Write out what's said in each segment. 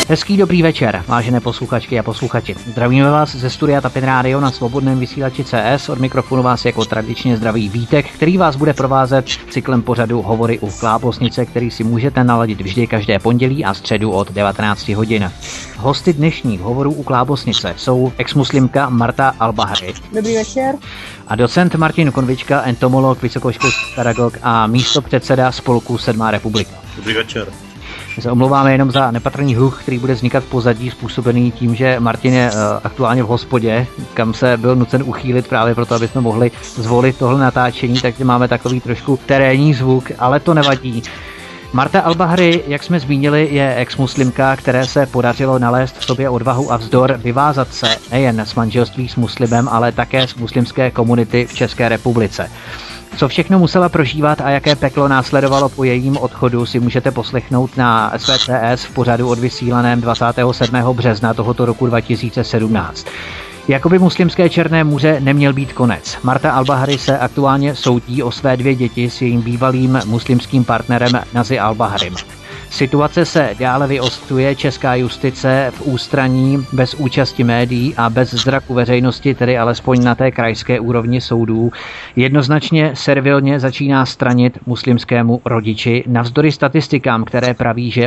Hezký dobrý večer, vážené posluchačky a posluchači. Zdravíme vás ze studia Tapin Radio na svobodném vysílači CS. Od mikrofonu vás jako tradičně zdraví Vítek, který vás bude provázet cyklem pořadu Hovory u Klábosnice, který si můžete naladit vždy každé pondělí a středu od 19 hodin. Hosty dnešních Hovorů u Klábosnice jsou exmuslimka Marta Albahari. Dobrý večer. A docent Martin Konvička, entomolog, vysokoškolský pedagog a místopředseda spolku 7. republika. Dobrý večer. My se omlouváme jenom za nepatrný hluk, který bude vznikat v pozadí, způsobený tím, že Martin je aktuálně v hospodě, kam se byl nucen uchýlit právě proto, aby jsme mohli zvolit tohle natáčení, takže máme takový trošku terénní zvuk, ale to nevadí. Marta Albahari, jak jsme zmínili, je exmuslimka, které se podařilo nalézt v sobě odvahu a vzdor vyvázat se nejen z manželství s muslimem, ale také z muslimské komunity v České republice. Co všechno musela prožívat a jaké peklo následovalo po jejím odchodu, si můžete poslechnout na SVCS v pořadu odvysílaném 27. března tohoto roku 2017. Jakoby muslimské Černé moře neměl být konec. Marta Albahari se aktuálně soudí o své 2 děti s jejím bývalým muslimským partnerem Nazi Albaharim. Situace se dále vyostřuje, česká justice v ústraní bez účasti médií a bez zraku veřejnosti, tedy alespoň na té krajské úrovni soudů, jednoznačně servilně začíná stranit muslimskému rodiči, navzdory statistikám, které praví, že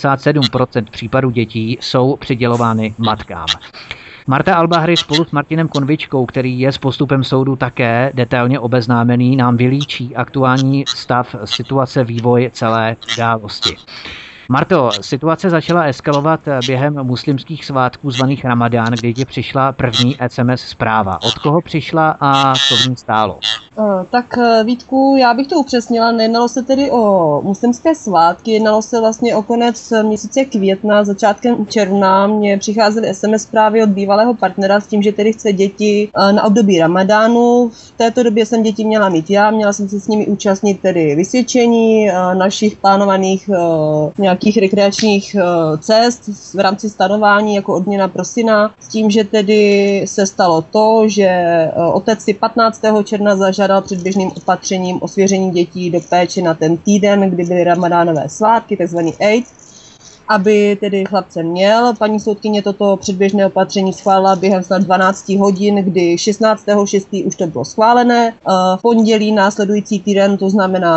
87% případů dětí jsou přidělovány matkám. Marta Albahari spolu s Martinem Konvičkou, který je s postupem soudu také detailně obeznámený, nám vylíčí aktuální stav, situace, vývoj celé události. Marto, situace začala eskalovat během muslimských svátků zvaných Ramadán, kdy ti přišla první SMS zpráva. Od koho přišla a co v ní stálo? Tak Vítku, já bych to upřesnila, nejednalo se tedy o muslimské svátky, jednalo se vlastně o konec měsíce května, začátkem června mě přicházely SMS zprávy od bývalého partnera s tím, že tedy chce děti na období Ramadánu. V této době jsem děti měla mít já, měla jsem se s nimi účastnit tedy vysvědčení našich plánovaných nějakých rekreačních cest v rámci stanování jako odměna pro syna, s tím, že tedy se stalo to, že otec si 15. června zažádal předběžným opatřením o svěření dětí do péče na ten týden, kdy byly ramadánové svátky, takzvaný Eid, aby tedy chlapce měl. Paní soudkyně toto předběžné opatření schválila během snad 12 hodin, kdy 16.6. už to bylo schválené. V pondělí následující týden, to znamená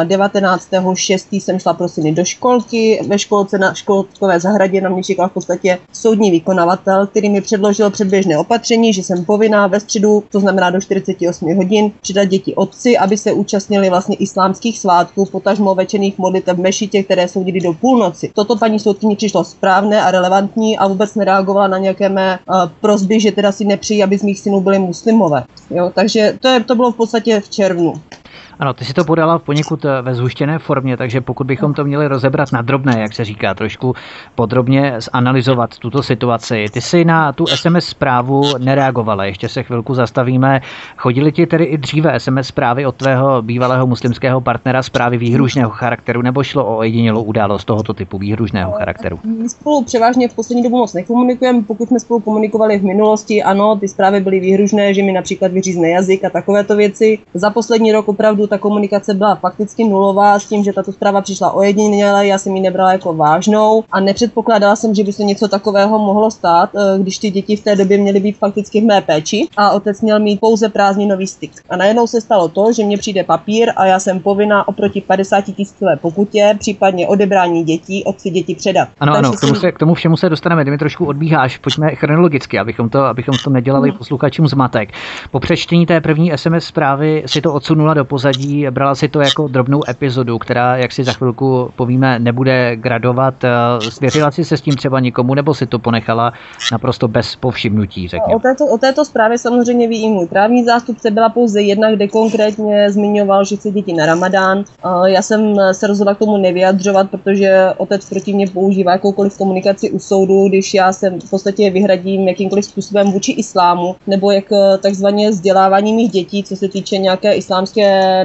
19.6. jsem šla pro syny do školky. Ve školce na školkové zahradě na mě čekal v podstatě soudní vykonavatel, který mi předložil předběžné opatření, že jsem povinná ve středu, to znamená do 48 hodin, přidat děti otci, aby se účastnili vlastně islámských svátků, potažmo večerních modlitev v mešitě, které jsou někdy do půlnoci. Toto paní soudkyně přišlo správné a relevantní a vůbec nereagovala na nějaké mé prosby, že teda si nepřejí, aby z mých synů byli muslimové. Jo, takže to bylo v podstatě v červnu. Ano, ty si to podala poněkud ve zhuštěné formě, takže pokud bychom to měli rozebrat na drobné, jak se říká, trošku podrobně zanalyzovat tuto situaci. Ty jsi na tu SMS zprávu nereagovala, ještě se chvilku zastavíme. Chodili ti tedy i dříve SMS zprávy od tvého bývalého muslimského partnera zprávy výhružného charakteru, nebo šlo o ojedinělou událost tohoto typu výhružného charakteru? My spolu převážně v poslední dobu moc nekomunikujeme, pokud jsme spolu komunikovali v minulosti, ano, ty zprávy byly výhružné, že mi například vyřízne jazyk a takovéto věci. Za poslední rok opravdu ta komunikace byla fakticky nulová s tím, že tato zpráva přišla ojediněle, já jsem ji nebrala jako vážnou a nepředpokládala jsem, že by se něco takového mohlo stát, když ty děti v té době měly být fakticky v mé péči a otec měl mít pouze prázdninový styk. A najednou se stalo to, že mně přijde papír a já jsem povinna oproti 50 000 pokutě, případně odebrání dětí, otci děti předat. Ano, k tomu všemu se dostaneme, ty mi trošku odbíháš, pojďme chronologicky, abychom to nedělali posluchačům zmatek. Po přečtení té první SMS zprávy si to odsunula do pozadí, brala si to jako drobnou epizodu, která, jak si za chvilku povíme, nebude gradovat. Svěřila si se s tím třeba nikomu, nebo si to ponechala naprosto bez povšimnutí, řekněme? O této zprávě samozřejmě ví i můj právní zástupce, byla pouze jedna, kde konkrétně zmiňoval, že chce děti na Ramadán. Já jsem se rozhodla k tomu nevyjadřovat, protože otec proti mě používá jakoukoliv komunikaci u soudu, když já se v podstatě vyhradím jakýmkoliv způsobem vůči islámu, nebo jak takzvaně vzdělávání mých dětí, co se týče nějaké islámské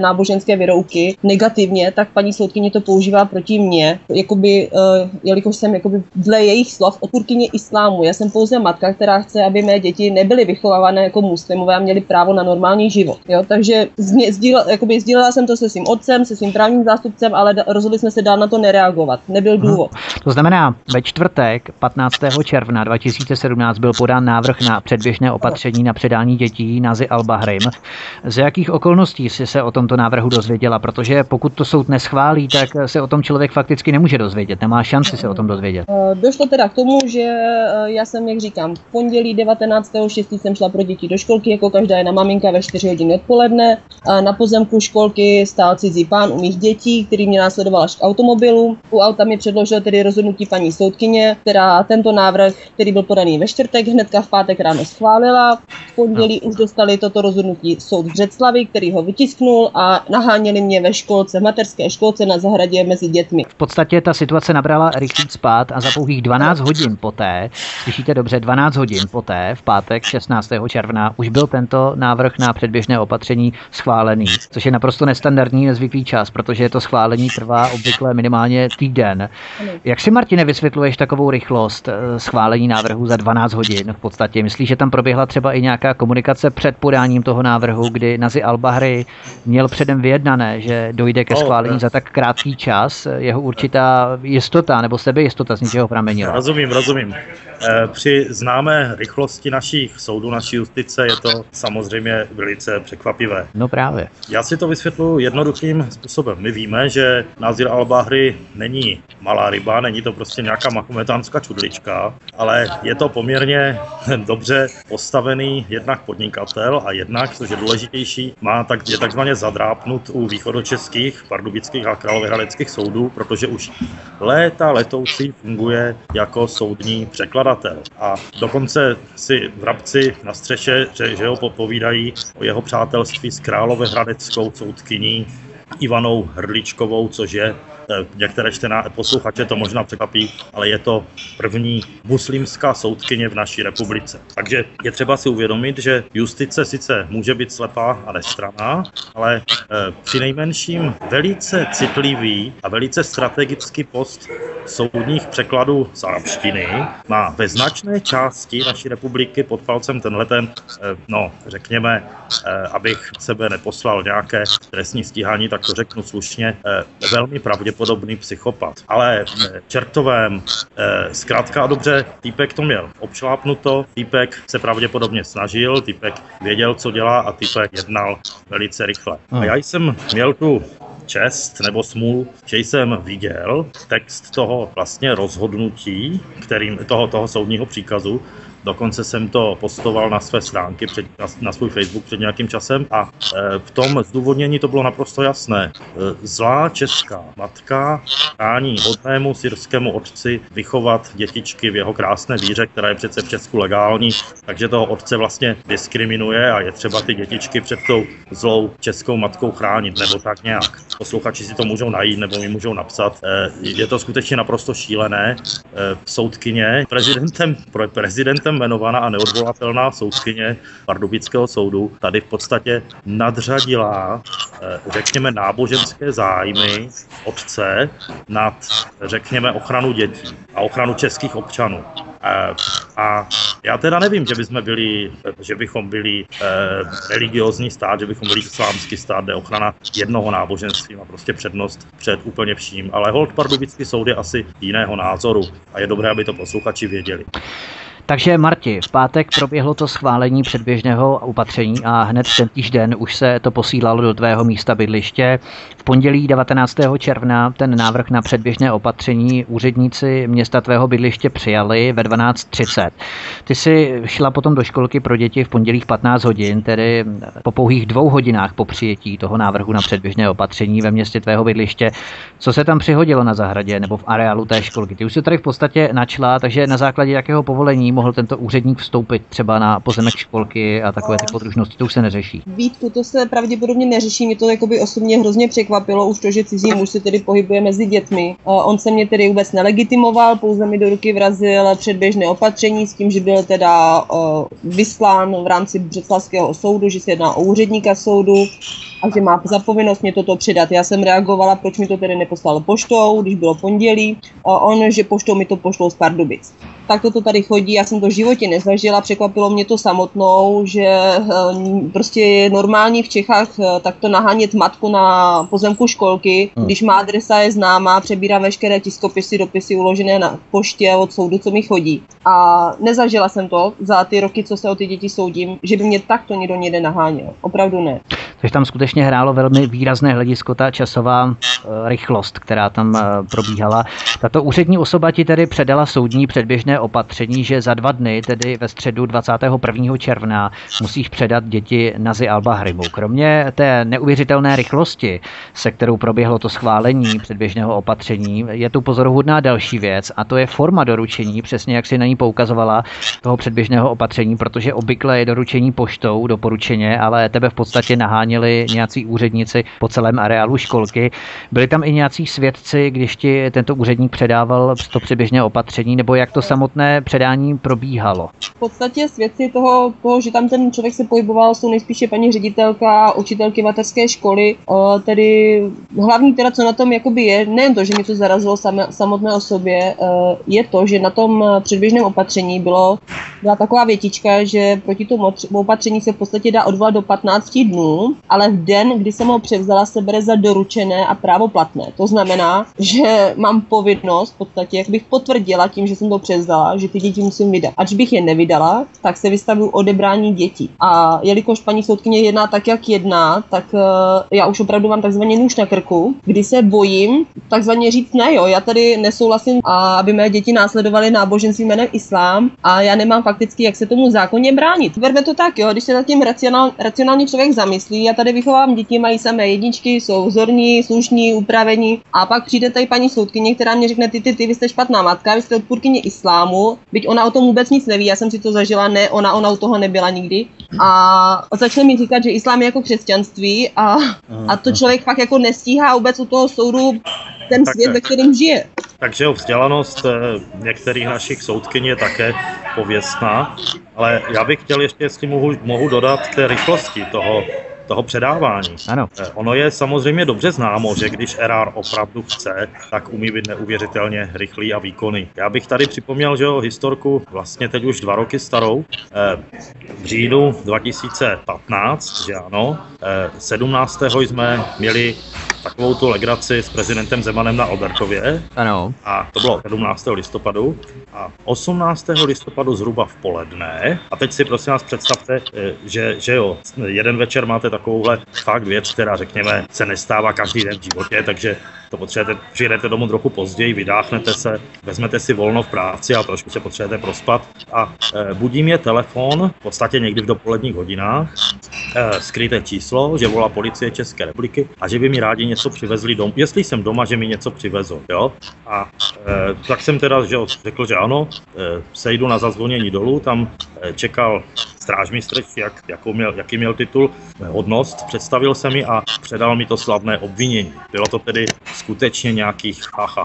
náboženské věrouky negativně, tak paní soudkyně to používá proti mně, jelikož jsem dle jejich slov odpůrkyně islámu. Já jsem pouze matka, která chce, aby mé děti nebyly vychovávané jako muslimové a měly právo na normální život. Jo? Takže sdílela jsem to se svým otcem, se svým právním zástupcem, ale rozhodli jsme se dál na to nereagovat. Nebyl důvod. To znamená, ve čtvrtek 15. června 2017 byl podán návrh na předběžné opatření na předání dětí Nazy Al-Bahrim. Z jakých okolností jsi se o tomto návrhu dozvěděla? Protože pokud to soud neschválí, tak se o tom člověk fakticky nemůže dozvědět, nemá šanci se o tom dozvědět. Došlo teda k tomu, že já jsem, jak říkám, v pondělí 19.6. jsem šla pro děti do školky, jako každá jedna maminka ve 4 hodiny odpoledne. Na pozemku školky stál cizí pán u mých dětí, který mě následoval až k automobilu. U auta mi předložil tedy rozhodnutí paní soudkyně, která tento návrh, který byl podaný ve čtvrtek, hnedka v pátek ráno schválila. V pondělí už dostali toto rozhodnutí soud v Břeclavi, který ho vytisknul a naháněli mě ve školce, v mateřské školce na zahradě mezi dětmi. V podstatě ta situace nabrala rychlý spád a za pouhých 12 hodin poté, slyšíte dobře, 12 hodin poté, v pátek 16. června, už byl tento návrh na předběžné opatření schválený, což je naprosto nestandardní, nezvyklý čas, protože to schválení trvá obvykle minimálně týden. Jak si, Martine, vysvětluješ takovou rychlost schválení návrhu za 12 hodin v podstatě? Myslíš, že tam proběhla třeba i nějaká komunikace před podáním toho návrhu, kdy Nazy Al-Bahri měl předem vyjednané, že dojde ke schválení za tak krátký čas, jeho určitá jistota nebo sebejistota z ničeho pramenila? Rozumím. Při známé rychlosti našich soudů, naší justice je to samozřejmě velice překvapivé. No právě. Já si to vysvětluji jednoduchým způsobem. My víme, že Nazir Al-Bahri není malá ryba, není to prostě nějaká mahometánská čudlička, ale je to poměrně dobře postavený jednak podnikatel a jednak, což je důležitější, je takzvaně zadrápnut u východočeských, pardubických a královéhradeckých soudů, protože už letoucí funguje jako soudní překladatel. A dokonce si vrabci na střeše, že ho povídají o jeho přátelství s královéhradeckou soudkyní Ivanou Hrdličkovou, což je, některé posluchače to možná překvapí, ale je to první muslimská soudkyně v naší republice. Takže je třeba si uvědomit, že justice sice může být slepá a nestranná, ale přinejmenším velice citlivý a velice strategický post soudních překladů z arabštiny má ve značné části naší republiky pod palcem řekněme, abych sebe neposlal nějaké trestní stíhání, tak to řeknu slušně, velmi pravděpodobný psychopat. Ale čertovém, zkrátka a dobře, týpek to měl obšlápnuto, týpek se pravděpodobně snažil, týpek věděl, co dělá a týpek jednal velice rychle. A já jsem měl tu čest nebo smůlu, že jsem viděl text toho vlastně rozhodnutí, toho soudního příkazu. Dokonce jsem to postoval na své stránky, na svůj Facebook před nějakým časem a v tom zdůvodnění to bylo naprosto jasné. Zlá česká matka brání hodnému syrskému otci vychovat dětičky v jeho krásné víře, která je přece v Česku legální, takže toho otce vlastně diskriminuje a je třeba ty dětičky před tou zlou českou matkou chránit, nebo tak nějak. Posluchači si to můžou najít nebo mi můžou napsat. Je to skutečně naprosto šílené. Soudkyně, prezidentem jmenovaná a neodvolatelná soudkyně Pardubického soudu tady v podstatě nadřadila, řekněme, náboženské zájmy otce nad, řekněme, ochranu dětí a ochranu českých občanů. A já teda nevím, že bychom byli religiózní stát, že bychom byli islámský stát, kde ochrana jednoho náboženství má prostě přednost před úplně vším. Ale holt Pardubický soud je asi jiného názoru a je dobré, aby to posluchači věděli. Takže Marti, v pátek proběhlo to schválení předběžného opatření a hned v tentýž den už se to posílalo do tvého místa bydliště. V pondělí 19. června ten návrh na předběžné opatření úředníci města tvého bydliště přijali ve 12:30. Ty jsi šla potom do školky pro děti v pondělí 15 hodin, tedy po pouhých 2 hodinách po přijetí toho návrhu na předběžné opatření ve městě tvého bydliště. Co se tam přihodilo na zahradě nebo v areálu té školky? Ty už se tady v podstatě načla, takže na základě jakého povolení ní mohl tento úředník vstoupit třeba na pozemek školky a takové ty podružnosti, to už se neřeší. Vítku, to se pravděpodobně neřeší, mě to jakoby osobně hrozně překvapilo, už to, že cizí muž se tedy pohybuje mezi dětmi. On se mě tedy vůbec nelegitimoval, pouze mi do ruky vrazil předběžné opatření s tím, že byl teda vyslán v rámci břeclavského soudu, že se jedná o úředníka soudu a že má za povinnost mě toto předat. Já jsem reagovala, proč mi to tedy neposlal poštou, když bylo pondělí, a on, že poštou mi to pošlou z Pardubic. Tak toto tady chodí, já jsem to v životě nezažila, překvapilo mě to samotnou, že prostě je normální v Čechách takto nahánět matku na pozemku školky, když má adresa je známá, přebírá veškeré tiskopisy, dopisy uložené na poště od soudu, co mi chodí. A nezažila jsem to za ty roky, co se o ty děti soudím, že by mě takto někdo někde naháněl. Opravdu ne. Takže tam skutečně hrálo velmi výrazné hledisko ta časová rychlost, která tam probíhala. Tato úřední osoba ti tedy předala soudní předběžné opatření, že za 2 dny, tedy ve středu 21. června, musíš předat děti Nazy Al-Bahrimu. Kromě té neuvěřitelné rychlosti, se kterou proběhlo to schválení předběžného opatření, je tu pozoruhodná další věc, a to je forma doručení, přesně jak si na ní poukazovala, toho předběžného opatření, protože obvykle je doručení poštou doporučeně, ale tebe v podstatě naháněli nějací úředníci po celém areálu školky. Byli tam i nějací svědci, když ti tento úředník předával to předběžné opatření, nebo jak to samotné předání probíhalo? V podstatě svědci toho, že tam ten člověk se pohyboval, jsou nejspíše paní ředitelka a učitelky mateřské školy. Tedy hlavní teda, co na tom jakoby je, nejen to, že mě to zarazilo samotné osobě, je to, že na tom předběžném opatření byla taková větička, že proti tomu opatření se v podstatě dá odvolat do 15 dnů, ale v den, kdy jsem ho převzala, se bere za doručené a právoplatné. To znamená, že mám povinnost v podstatě, jak bych potvrdila tím, že jsem to převzala, že ty děti musím vydat. Ač bych je nevydala, tak se vystavuju odebrání dětí. A jelikož paní soudkyně jedná tak, jak jedná, tak já už opravdu mám takzvaně nůž na krku, kdy se bojím takzvaně říct ne, jo, já tady nesouhlasím, aby mé děti následovaly náboženství jménem islám a já nemám fakticky, jak se tomu zákonně bránit. Berme to tak, jo, když se nad tím racionální člověk zamyslí, já tady vychovám děti, mají samé jedničky, jsou vzorní, slušní, upravení a pak přijde tady paní soudkyně, která mě řekne, ty vy jste špatná matka, vy jste odpůrkyně islámu, byť ona o tom vůbec nic neví, já jsem si to zažila, ne, ona u toho nebyla nikdy a začne mi říkat, že islám je jako křesťanství a to člověk fakt jako nestíhá vůbec u toho soudu ten svět, ve kterém žije. Takže vzdělanost některých našich soudkyň je také pověstná, ale já bych chtěl ještě, jestli mohu dodat k té rychlosti toho předávání. Ano. Ono je samozřejmě dobře známo, že když erár opravdu chce, tak umí být neuvěřitelně rychlý a výkonný. Já bych tady připomněl, že historku vlastně teď už 2 roky starou, v říjnu 2015, že ano, 17. jsme měli takovou tu legraci s prezidentem Zemanem na Albertově. Ano. A to bylo 17. listopadu. A 18. listopadu zhruba v poledne. A teď si prosím vás představte, že jo, jeden večer máte takovouhle fakt věc, která řekněme se nestává každý den v životě, takže to potřebujete, přijedete domů trochu později, vydáchnete se, vezmete si volno v práci a trošku se potřebujete prospat. A budí mě telefon, v podstatě někdy v dopoledních hodinách, skryté číslo, že volá policie České republiky a že by mi rádi něco přivezli domů. Jestli jsem doma, že mi něco přivezou, jo? A tak jsem teda řekl, že ano, sejdu na zazvonění dolů, tam čekal strážmistr, jaký měl titul, hodnost, představil se mi a předal mi to slavné obvinění. Bylo to tedy skutečně nějakých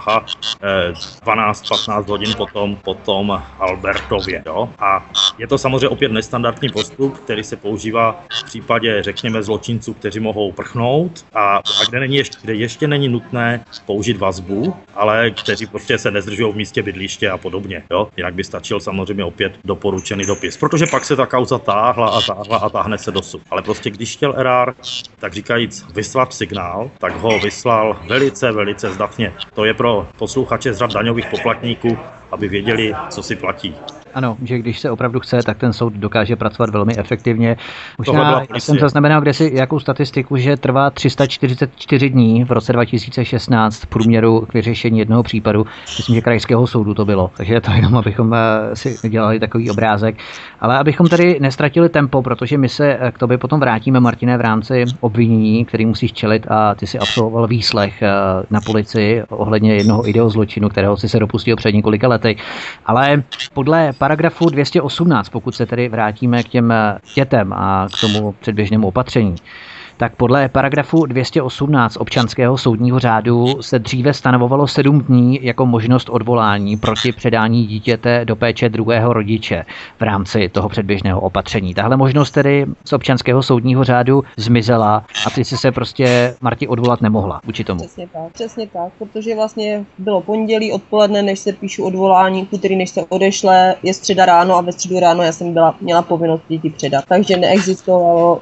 12-15 hodin potom Albertově. Jo? A je to samozřejmě opět nestandardní postup, který se používá v případě, řekněme, zločinců, kteří mohou prchnout a kde ještě není nutné použít vazbu, ale kteří prostě se nezdržují v místě bydliště a podobně. Jo? Jinak by stačil samozřejmě opět doporučený dopis, protože pak se ta kauza táhla a táhne se dosud. Ale prostě když chtěl erár, tak říkajíc vyslat signál, tak ho vyslal velice zdatně. To je pro posluchače z řad daňových poplatníků, aby věděli, co si platí. Ano, že když se opravdu chce, tak ten soud dokáže pracovat velmi efektivně. Možná jsem zaznamenal kdesi jakou statistiku, že trvá 344 dní v roce 2016 v průměru k vyřešení jednoho případu. Myslím, že krajského soudu to bylo. Takže to jenom, abychom si dělali takový obrázek. Ale abychom tady nestratili tempo, protože my se k tobě potom vrátíme, Martine, v rámci obvinění, který musíš čelit a ty si absolvoval výslech na policii ohledně jednoho ideozločinu, kterého si se dopustil před několika lety. Ale podle paragrafu 218, pokud se tedy vrátíme k těm dětem a k tomu předběžnému opatření, tak podle paragrafu 218 občanského soudního řádu se dříve stanovovalo 7 dní jako možnost odvolání proti předání dítěte do péče druhého rodiče v rámci toho předběžného opatření. Tahle možnost tedy z občanského soudního řádu zmizela a ty si se prostě, Marti, odvolat nemohla vůči tomu. Přesně tak, protože vlastně bylo pondělí odpoledne, než se píšu odvolání, v úterý, než se odešle, je středa ráno a ve středu ráno já jsem měla povinnost děti předat. Takže neexistoval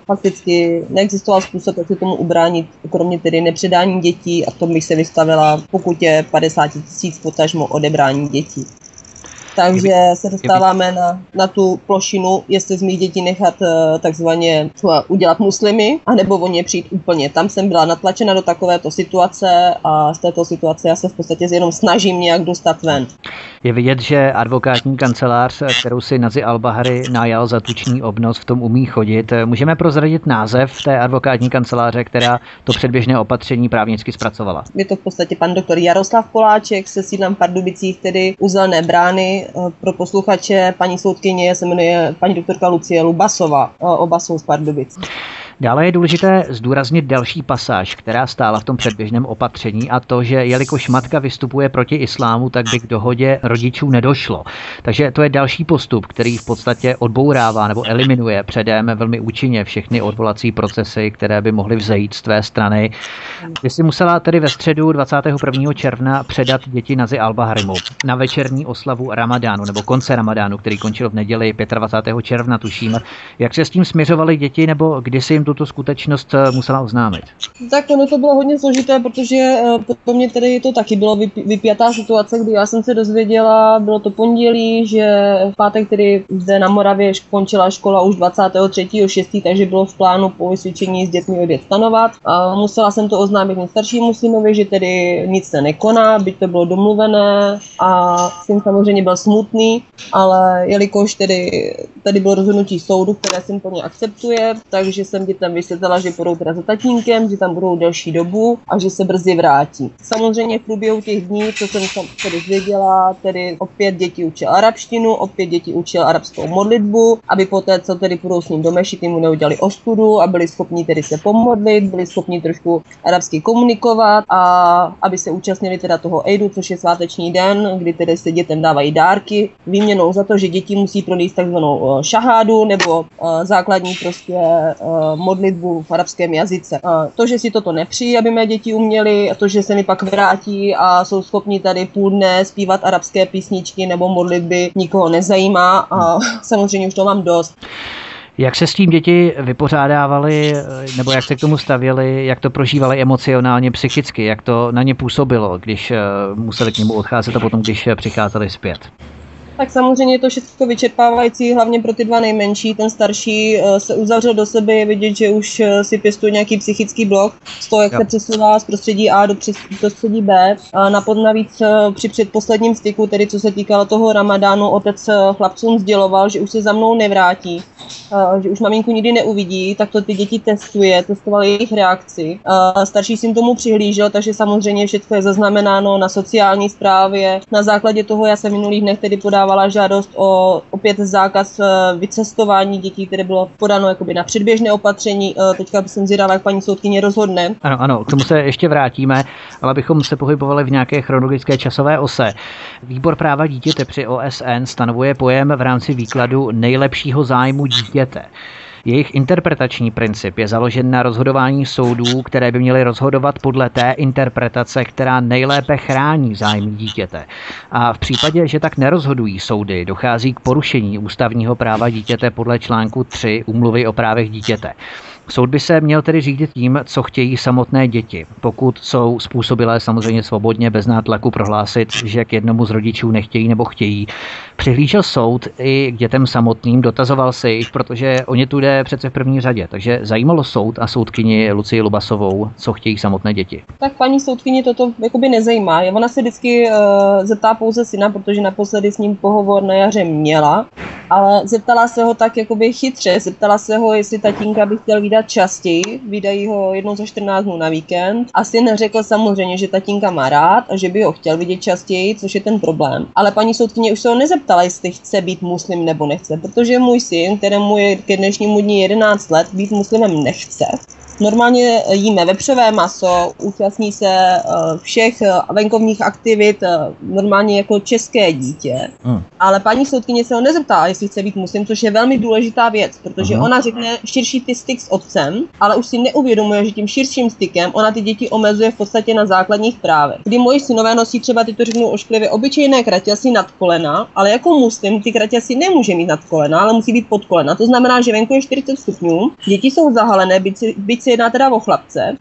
způsob, jak se tomu ubránit, kromě tedy nepředání dětí, a v tom bych se vystavila pokutě 50 000, potažmo odebrání dětí. Takže se dostáváme na tu plošinu, jestli z mých dětí nechat takzvaně udělat muslimy, anebo o ně přijít úplně. Tam jsem byla natlačena do takovéto situace a z této situace já se v podstatě jenom snažím nějak dostat ven. Je vidět, že advokátní kancelář, kterou si Nazi Al-Bahari najal za tuční obnos, v tom umí chodit. Můžeme prozradit název té advokátní kanceláře, která to předběžné opatření právnicky zpracovala? Je to v podstatě pan doktor Jaroslav Poláček se sídlem v Pardubicích, tedy u Zelené brány. Pro posluchače paní soudkyně se jmenuje paní doktorka Lucie Lubasová, oba jsou z Pardubic. Dále je důležité zdůraznit další pasáž, která stála v tom předběžném opatření, a to, že jelikož matka vystupuje proti islámu, tak by k dohodě rodičů nedošlo. Takže to je další postup, který v podstatě odbourává nebo eliminuje předem velmi účinně všechny odvolací procesy, které by mohly vzejít z tvé strany. Ty jsi musela tedy ve středu 21. června předat děti Nazi Al-Baharimu na večerní oslavu Ramadánu nebo konce Ramadánu, který končil v neděli 25. června, tuším. Jak se s tím směřovaly děti, nebo kdy si jim tuto skutečnost musela oznámit? Tak ono to bylo hodně složité, protože pro mě tedy to taky bylo vypjatá situace, kdy já jsem se dozvěděla, bylo to pondělí, že v pátek tedy zde na Moravě končila škola už 23.6., takže bylo v plánu po vysvědčení s dětmi odjet stanovat. A musela jsem to oznámit staršímu synovi, že tedy nic se nekoná, byť to bylo domluvené, a syn samozřejmě byl smutný, ale jelikož tady bylo rozhodnutí soudu, které syn plně akceptuje, takže jsem dětem vysvětlila, že půjdou teda za tatínkem, že tam budou delší dobu a že se brzy vrátí. Samozřejmě v průběhu těch dní, co jsem tedy zvěděla, tedy opět děti učil arabštinu, opět děti učil arabskou modlitbu, aby poté, co tedy půjdou s ním do mešity, mu neudělali ostudu a byli schopni tedy se pomodlit, byli schopni trošku arabsky komunikovat a aby se účastnili teda toho Eidu, což je sváteční den, kdy tedy se dětem dávají dárky, výměnou za to, že děti musí pronést takzvanou šahádu nebo základní prostě modlitbu v arabském jazyce. To, že si toto nepřijí, aby mé děti uměly, a to, že se mi pak vrátí a jsou schopni tady půl dne zpívat arabské písničky nebo modlitby, nikoho nezajímá a samozřejmě už to mám dost. Jak se s tím děti vypořádávali, nebo jak se k tomu stavěli, jak to prožívali emocionálně, psychicky, jak to na ně působilo, když museli k němu odcházet a potom, když přicházeli zpět? Tak samozřejmě je to všechno vyčerpávající, hlavně pro ty dva nejmenší. Ten starší se uzavřel do sebe, je vidět, že už si pěstuje nějaký psychický blok z toho, jak se přesouvá z prostředí A do prostředí B. A navíc při předposledním styku, tedy co se týkalo toho Ramadánu, otec chlapcům sděloval, že už se za mnou nevrátí, že už maminku nikdy neuvidí, tak to ty děti testoval jejich reakci. Starší syn tomu přihlížel, takže samozřejmě všechno je zaznamenáno na sociální správě. Na základě toho já jsem v minulých dnech tedy podávala žádost o opět zákaz vycestování dětí, které bylo podáno jakoby na předběžné opatření. Teďka jsem zvědavá, jak paní soudkyně rozhodne. Ano, k tomu se ještě vrátíme, ale abychom se pohybovali v nějaké chronologické časové ose. Výbor práva dítěte při OSN stanovuje pojem v rámci výkladu nejlepšího zájmu dítěte. Jejich interpretační princip je založen na rozhodování soudů, které by měly rozhodovat podle té interpretace, která nejlépe chrání zájmy dítěte. A v případě, že tak nerozhodují soudy, dochází k porušení ústavního práva dítěte podle článku 3 Úmluvy o právech dítěte. Soud by se měl tedy řídit tím, co chtějí samotné děti. Pokud jsou způsobilé samozřejmě svobodně, bez nátlaku prohlásit, že k jednomu z rodičů nechtějí nebo chtějí. Přihlížel soud i k dětem samotným, dotazoval se jich, protože o ně tu jde přece v první řadě. Takže zajímalo soud a soudkyni Lucii Lubasovou, co chtějí samotné děti. Tak paní soudkyni toto jakoby nezajímá. Ona se vždycky zeptá pouze syna, protože naposledy s ním pohovor na jaře měla. Ale zeptala se ho tak jakoby chytře, zeptala se ho, jestli tatínka by chtěl vydat častěji, vydají ho jednou za 14 dnů na víkend. A syn řekl samozřejmě, že tatínka má rád a že by ho chtěl vidět častěji, což je ten problém. Ale paní soudkyně už se ho nezeptala, jestli chce být muslim nebo nechce, protože můj syn, kterému je ke dnešnímu dni 11 let, být muslimem nechce. Normálně jíme vepřové maso, účastní se všech venkovních aktivit normálně jako české dítě. Ale paní soudkyně se ho nezeptá, jestli chce být muslim, což je velmi důležitá věc, protože ona řekne širší ty styk s otcem, ale už si neuvědomuje, že tím širším stykem ona ty děti omezuje v podstatě na základních právech. Kdy moji synové nosí třeba, ty to řeknu ošklivě, obyčejné kraťasy nad kolena, ale jako muslim ty kraťasy nemůže mít nad kolena, ale musí být pod kolena. To znamená, že venku je 40 stupňů, děti jsou zahalené, byť se jedná teda o chlapce,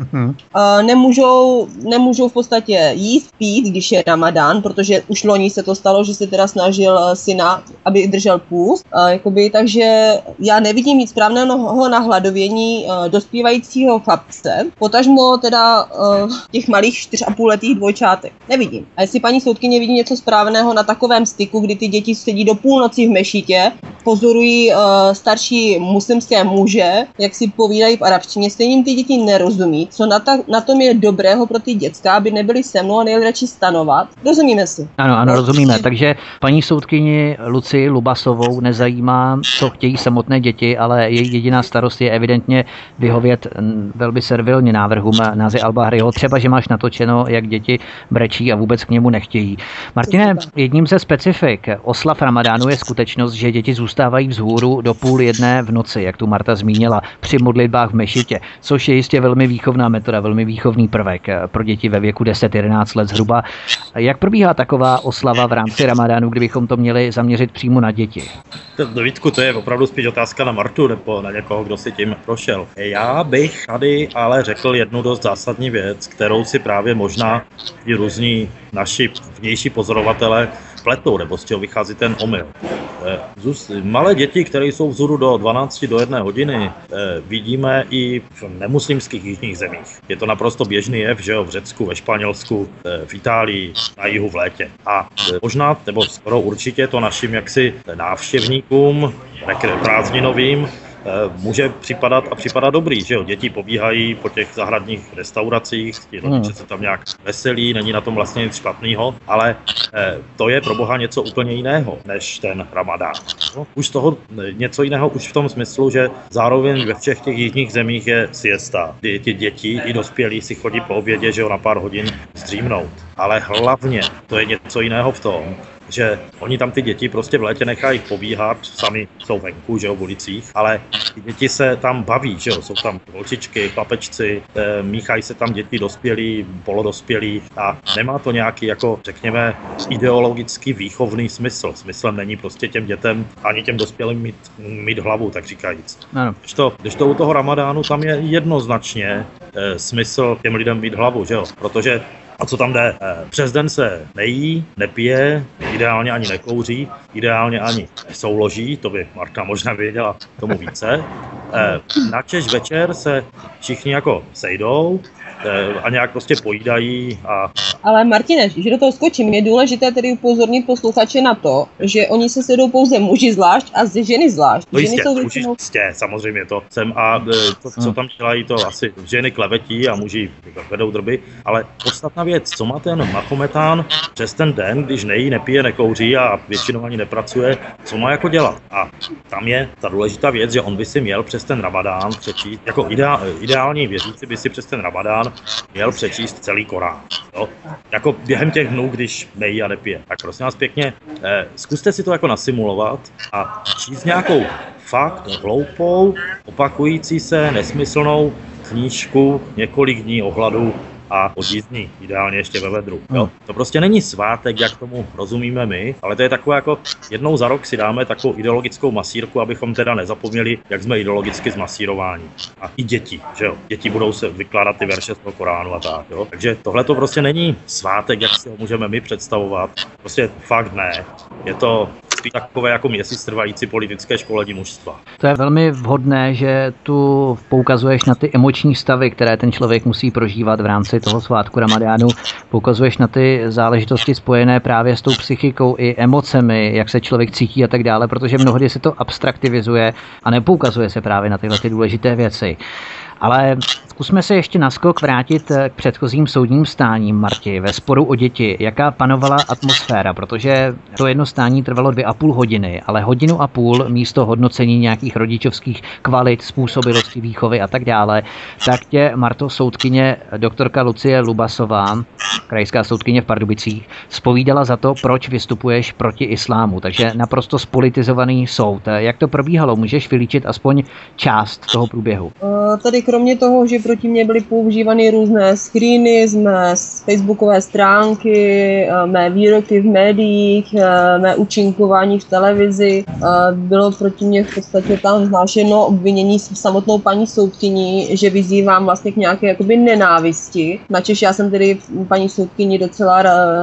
nemůžou v podstatě jíst, pít, když je Ramadán, protože už loni se to stalo, že se teda snažil syna, aby držel půst, takže já nevidím nic správného na hladovění dospívajícího chlapce, potažmo teda těch malých 4,5letých dvojčátek. Nevidím. A jestli paní soudkyně vidí něco správného na takovém styku, kdy ty děti sedí do půlnoci v mešitě, pozorují starší muslimské muže, jak si povídají v arabštině, stejně jim ty děti nerozumí, co na tom je dobrého pro ty děcka, aby nebyli se mnou a nejeli radši stanovat. Rozumíme si? Ano, rozumíme. Takže paní soudkyni Lucii Lubasovou nezajímá, co chtějí samotné děti, ale její jediná starost je evidentně vyhovět velmi servilně návrhům Názy Al-Bahriho, třeba že máš natočeno, jak děti brečí a vůbec k němu nechtějí. Martine, jedním ze specifik oslav Ramadánu je skutečnost, že děti zůstávají vzhůru do 12:30 v noci, jak tu Marta zmínila, při modlitbách v mešitě, což je jistě velmi výchovná metoda, velmi výchovný prvek pro děti ve věku 10-11 let zhruba. Jak probíhá taková oslava v rámci Ramadánu, kdybychom to měli zaměřit přímo na děti? Vítku, to je opravdu spíš otázka na Martu nebo na někoho, kdo si tím prošel. Já bych tady ale řekl jednu dost zásadní věc, kterou si právě možná i různí naši vnější pozorovatelé pletou, nebo z čeho vychází ten omyl. Malé děti, které jsou vzhůru do 12 do 1 hodiny, vidíme i v nemuslimských jižních zemích. Je to naprosto běžný jev, že jo, v Řecku, ve Španělsku, v Itálii, na jihu v létě. A možná, nebo skoro určitě to našim jaksi návštěvníkům, prázdninovým, může připadat dobrý, že jo, děti pobíhají po těch zahradních restauracích, ti rodiče se tam nějak veselí, není na tom vlastně nic špatného, ale to je pro Boha něco úplně jiného, než ten Ramadán. No, už z toho něco jiného, už v tom smyslu, že zároveň ve všech těch jižních zemích je siesta, kdy ti děti i dospělí si chodí po obědě, že jo, na pár hodin zdřímnout. Ale hlavně to je něco jiného v tom, že oni tam ty děti prostě v létě nechají pobíhat, sami jsou venku, že jo, v ulicích, ale ty děti se tam baví, že jo, jsou tam holčičky, chlapečci, míchají se tam děti dospělí, polodospělí a nemá to nějaký, jako řekněme, ideologický výchovný smysl. Smyslem není prostě těm dětem ani těm dospělým mít hlavu, tak říkajíc. Když to u toho Ramadánu, tam je jednoznačně smysl těm lidem mít hlavu, že jo, protože a co tam jde? Přes den se nejí, nepije, ideálně ani nekouří, ideálně ani nesouloží, to by Marta možná věděla tomu více. Načež večer se všichni jako sejdou a nějak prostě pojídají a... Ale Martine, že do toho skočím, je důležité tedy upozornit posluchače na to, že oni se sedou pouze muži zvlášť a ženy zvlášť. No jistě, jistě, samozřejmě to jsem a co tam dělají, to asi ženy klevetí a muži vedou drby, ale podstatná věc, co má ten Mahometán přes ten den, když nejí, nepije, nekouří a většinou ani nepracuje, co má jako dělat. A tam je ta důležitá věc, že on by si měl přes ten Ramadán přečíst, jako ideální věřící by si přes ten Ramadán měl přečíst celý Korán. Jo? Jako během těch dnů, když nejí a nepije. Tak prosím vás pěkně, zkuste si to jako nasimulovat a číst nějakou fakt hloupou, opakující se, nesmyslnou knížku několik dní ohladu a odjízdní, ideálně ještě ve vedru. Jo? To prostě není svátek, jak tomu rozumíme my, ale to je takové jako jednou za rok si dáme takovou ideologickou masírku, abychom teda nezapomněli, jak jsme ideologicky zmasírováni. A i děti, že jo? Děti budou se vykládat ty verše z toho Koránu a tak, jo? Takže tohle to prostě není svátek, jak si ho můžeme my představovat. Prostě fakt ne. Je to spíš takové jako měsíc trvající politické školení mužstva. To je velmi vhodné, že tu poukazuješ na ty emoční stavy, které ten člověk musí prožívat v rámci toho svátku Ramadánu. Poukazuješ na ty záležitosti spojené právě s tou psychikou i emocemi, jak se člověk cítí a tak dále, protože mnohdy se to abstraktivizuje a nepoukazuje se právě na tyhle ty důležité věci. Ale zkusme se ještě naskok vrátit k předchozím soudním stáním, Marti, ve sporu o děti. Jaká panovala atmosféra, protože to jedno stání trvalo 2,5 hodiny, ale 1,5 hodiny místo hodnocení nějakých rodičovských kvalit, způsobilosti, výchovy a tak dále, tak tě, Marto, soudkyně doktorka Lucie Lubasová, krajská soudkyně v Pardubicích, zpovídala za to, proč vystupuješ proti islámu. Takže naprosto spolitizovaný soud. Jak to probíhalo? Můžeš vylíčit aspoň část toho průběhu? Tady kromě toho, že proti mě byly používány různé screeny z mé facebookové stránky, mé výroky v médiích, mé účinkování v televizi, bylo proti mě v podstatě tam vznášeno obvinění s samotnou paní soudkyní, že vyzývám vlastně k nějaké jakoby nenávisti. Načež já jsem tedy paní soudkyni docela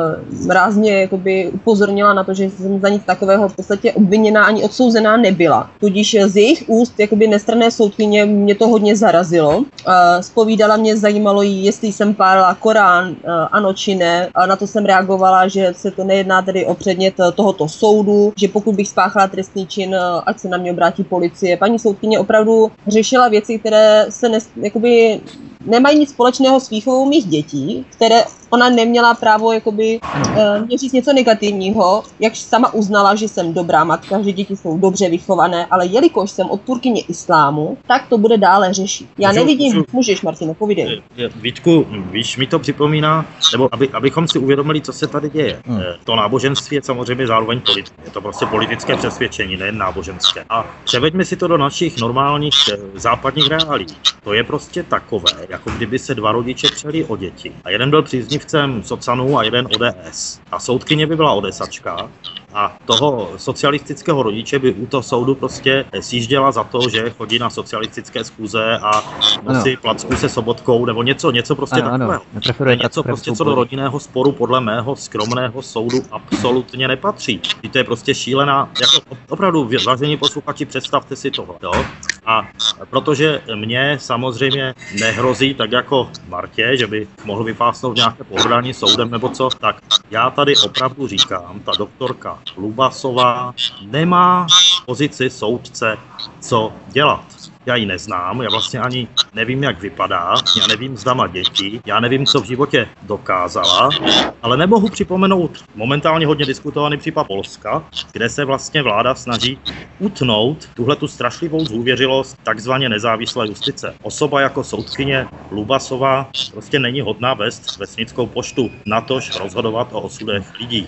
rázně jakoby upozornila na to, že jsem za nic takového v podstatě obviněná ani odsouzená nebyla. Tudíž z jejich úst jakoby nestranné soudkyně mě to hodně zarazilo. Zpovídala mě, zajímalo jí, jestli jsem pálila Korán, ano či ne. A na to jsem reagovala, že se to nejedná tedy o předmět tohoto soudu, že pokud bych spáchala trestný čin, ať se na mě obrátí policie. Paní soudkyně opravdu řešila věci, které se jakoby nemají nic společného s výchovou mých dětí, které ona neměla právo jakoby mě říct něco negativního, jak sama uznala, že jsem dobrá matka, že děti jsou dobře vychované, ale jelikož jsem odpůrkyně islámu, tak to bude dále řešit. Já nevidím, můžeš, Martino, povídej. Vítku, víš, mi to připomíná, nebo abychom si uvědomili, co se tady děje. To náboženství je samozřejmě zároveň politické. Je to prostě politické přesvědčení, nejen náboženské. A převeďme si to do našich normálních západních reálí. To je prostě takové, jako kdyby se dva rodiče přeli o děti. A jeden byl příznivcem socanů a jeden ODS. A soudkyně by byla ODSačka a toho socialistického rodiče by u toho soudu prostě sjížděla za to, že chodí na socialistické schůze a nosí placku se Sobotkou nebo něco prostě takového. Něco prostě, co do rodinného sporu podle mého skromného soudu absolutně nepatří. To je prostě šílená, jako opravdu vážení posluchači, představte si tohle. Jo? A protože mě samozřejmě nehrozí, tak jako Martě, že by mohl vypásnout nějaké pohrdání soudem nebo co, tak já tady opravdu říkám, ta doktorka Lubasová nemá pozici soudce co dělat. Já ji neznám, já vlastně ani nevím, jak vypadá, já nevím, zda má děti, já nevím, co v životě dokázala, ale nemohu připomenout momentálně hodně diskutovaný případ Polska, kde se vlastně vláda snaží utnout tuhletu strašlivou zhůvěřilost takzvaně nezávislé justice. Osoba jako soudkyně Lubasová prostě není hodná vést vesnickou poštu, natož rozhodovat o osudech lidí.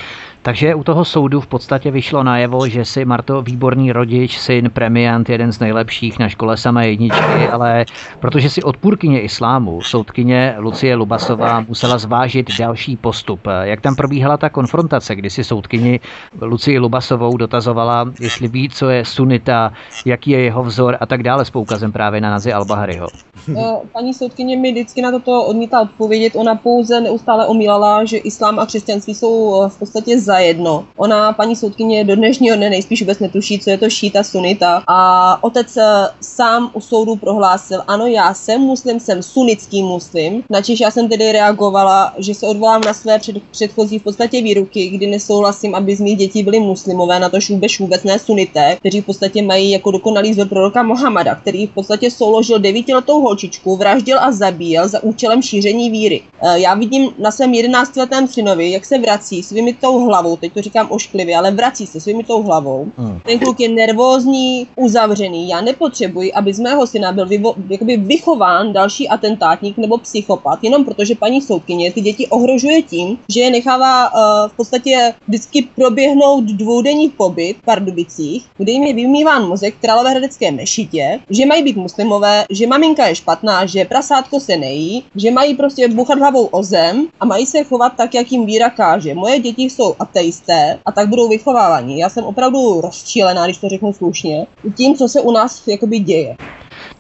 Takže u toho soudu v podstatě vyšlo najevo, že si, Marto, výborný rodič, syn, premiant, jeden z nejlepších na škole samé jedničky, ale protože si odpůrkyně islámu, soudkyně Lucie Lubasová musela zvážit další postup. Jak tam probíhala ta konfrontace, kdy si soudkyni Lucii Lubasovou dotazovala, jestli ví, co je sunita, jaký je jeho vzor a tak dále s poukazem právě na Nazi al-Bahriho. Paní soudkyně mi vždycky na toto odmítla odpovědět. Ona pouze neustále omílala, že islám a křesťanství jsou v podstatě zajedno. Ona, paní soudkyně, do dnešního dne nejspíš vůbec netuší, co je to šíta, sunita. A otec sám u soudu prohlásil, ano, já jsem muslim, jsem sunnický muslim. Načež já jsem tedy reagovala, že se odvolám na své předchozí v podstatě výroky, kdy nesouhlasím, aby z mých dětí byly muslimové, na to vůbec ne sunité, kteří v podstatě mají jako dokonalý vzor proroka Mohamada, který v podstatě souložil 9letou holčičku, vraždil a zabíjel za účelem šíření víry. Já vidím na svém 11letém synovi, jak se vrací svými tou hlavou, teď to říkám ošklivě, ale vrací se svými tou hlavou. Ten kluk je nervózní, uzavřený. Já nepotřebuji, aby z mého syna byl vychován další atentátník nebo psychopat, jenom protože paní soudkyně ty děti ohrožuje tím, že je nechává v podstatě vždycky proběhnout dvoudenní pobyt v Pardubicích, kde jim je vymýván mozek v Královéhradecké mešitě, že mají být muslimové, že maminka je špatná, že prasátko se nejí, že mají prostě buchat hlavou o zem a mají se chovat tak, jak jim víra káže. Moje děti jsou ateisté a tak budou vychováváni. Já jsem opravdu rozčílená, když to řeknu slušně, tím, co se u nás jakoby děje.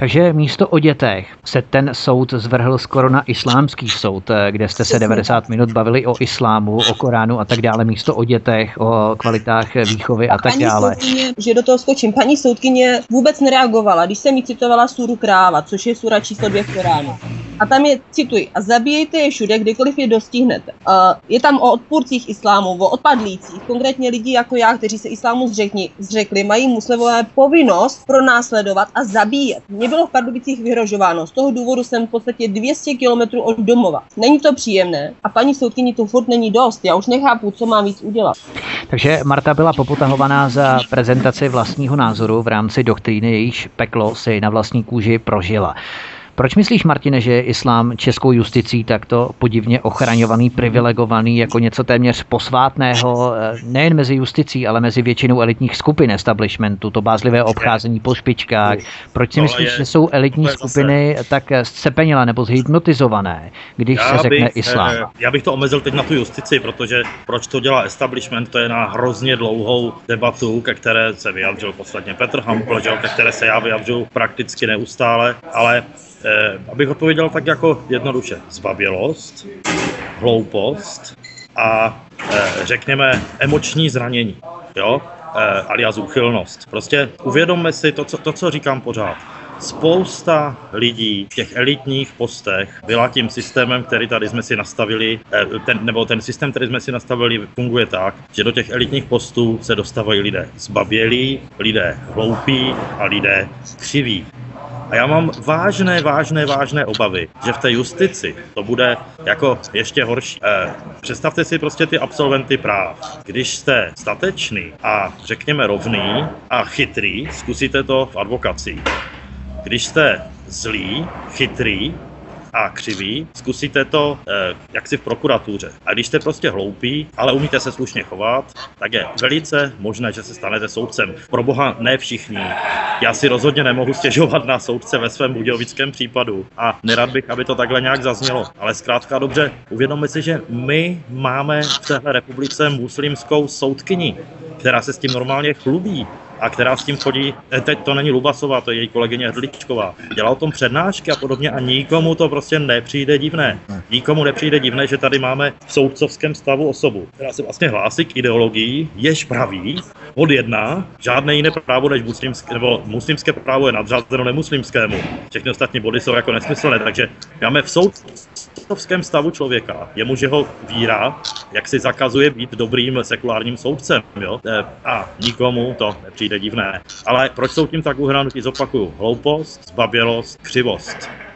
Takže místo o dětech se ten soud zvrhl skoro na islámský soud, kde jste se 90 minut bavili o islámu, o Koránu a tak dále, místo o dětech, o kvalitách výchovy a tak dále. Že do toho skočím. Paní soudkyně vůbec nereagovala, když jsem jí citovala suru Kráva, což je sura číslo 2 v Koránu. A tam je, cituji, a zabíjejte je všude, kdykoliv je dostihnete. Je tam o odpůrcích islámu, o odpadlících, konkrétně lidi jako já, kteří se islámu zřekli, mají muslimové povinnost pronásledovat a zabíjet. Mně bylo v Pardubicích vyhrožováno, z toho důvodu jsem v podstatě 200 kilometrů od domova. Není to příjemné a paní soudkyni to furt není dost, já už nechápu, co mám víc udělat. Takže Marta byla popotahovaná za prezentaci vlastního názoru v rámci doktríny, jejíž peklo si na vlastní kůži prožila. Proč myslíš, Martine, že je islám českou justicí takto podivně ochraňovaný, privilegovaný jako něco téměř posvátného nejen mezi justicí, ale mezi většinou elitních skupin establishmentu, to bázlivé obcházení po špičkách? Proč si myslíš, že jsou elitní skupiny tak zcepenilé nebo zhypnotizované, když se řekne islám? Já bych to omezil teď na tu justici, protože proč to dělá establishment, to je na hrozně dlouhou debatu, ke které se vyjadřil posledně Petr Hampl, ke které se já vyjadřuju prakticky neustále, ale abych odpověděl tak jako jednoduše. Zbabělost, hloupost a řekněme emoční zranění, jo? Alias úchylnost. Prostě uvědomme si to, co říkám pořád. Spousta lidí v těch elitních postech byla tím systémem, který tady jsme si nastavili, ten systém, který jsme si nastavili, funguje tak, že do těch elitních postů se dostávají lidé zbabělí, lidé hloupí a lidé křiví. A já mám vážné obavy, že v té justici to bude jako ještě horší. Představte si prostě ty absolventy práv. Když jste statečný a řekněme rovný a chytrý, zkusíte to v advokacii. Když jste zlý, chytrý a křivý, zkusíte to jaksi v prokuratuře. A když jste prostě hloupí, ale umíte se slušně chovat, tak je velice možné, že se stanete soudcem. Pro boha ne všichni. Já si rozhodně nemohu stěžovat na soudce ve svém budějovickém případu a nerad bych, aby to takhle nějak zaznělo. Ale zkrátka dobře, uvědomme si, že my máme v téhle republice muslimskou soudkyni, která se s tím normálně chlubí a která s tím chodí, teď to není Lubasová, to je její kolegyně Hrdličková, dělá o tom přednášky a podobně a nikomu to prostě nepřijde divné. Nikomu nepřijde divné, že tady máme v soudcovském stavu osobu, která se vlastně hlásí k ideologii, jež praví, od jedna, žádné jiné právo než muslimské, nebo muslimské právo je nadřazeno nemuslimskému. Všechny ostatní body jsou jako nesmyslné, takže máme v soudcovském stavu člověka, jemuž jeho víra, jak si zakazuje být dobrým sekulárním soudcem, jo? A nikomu to nepřijde divné. Ale proč jsou tím tak uhrnutí? Zopakuju. Hloupost, zbabělost, křivost.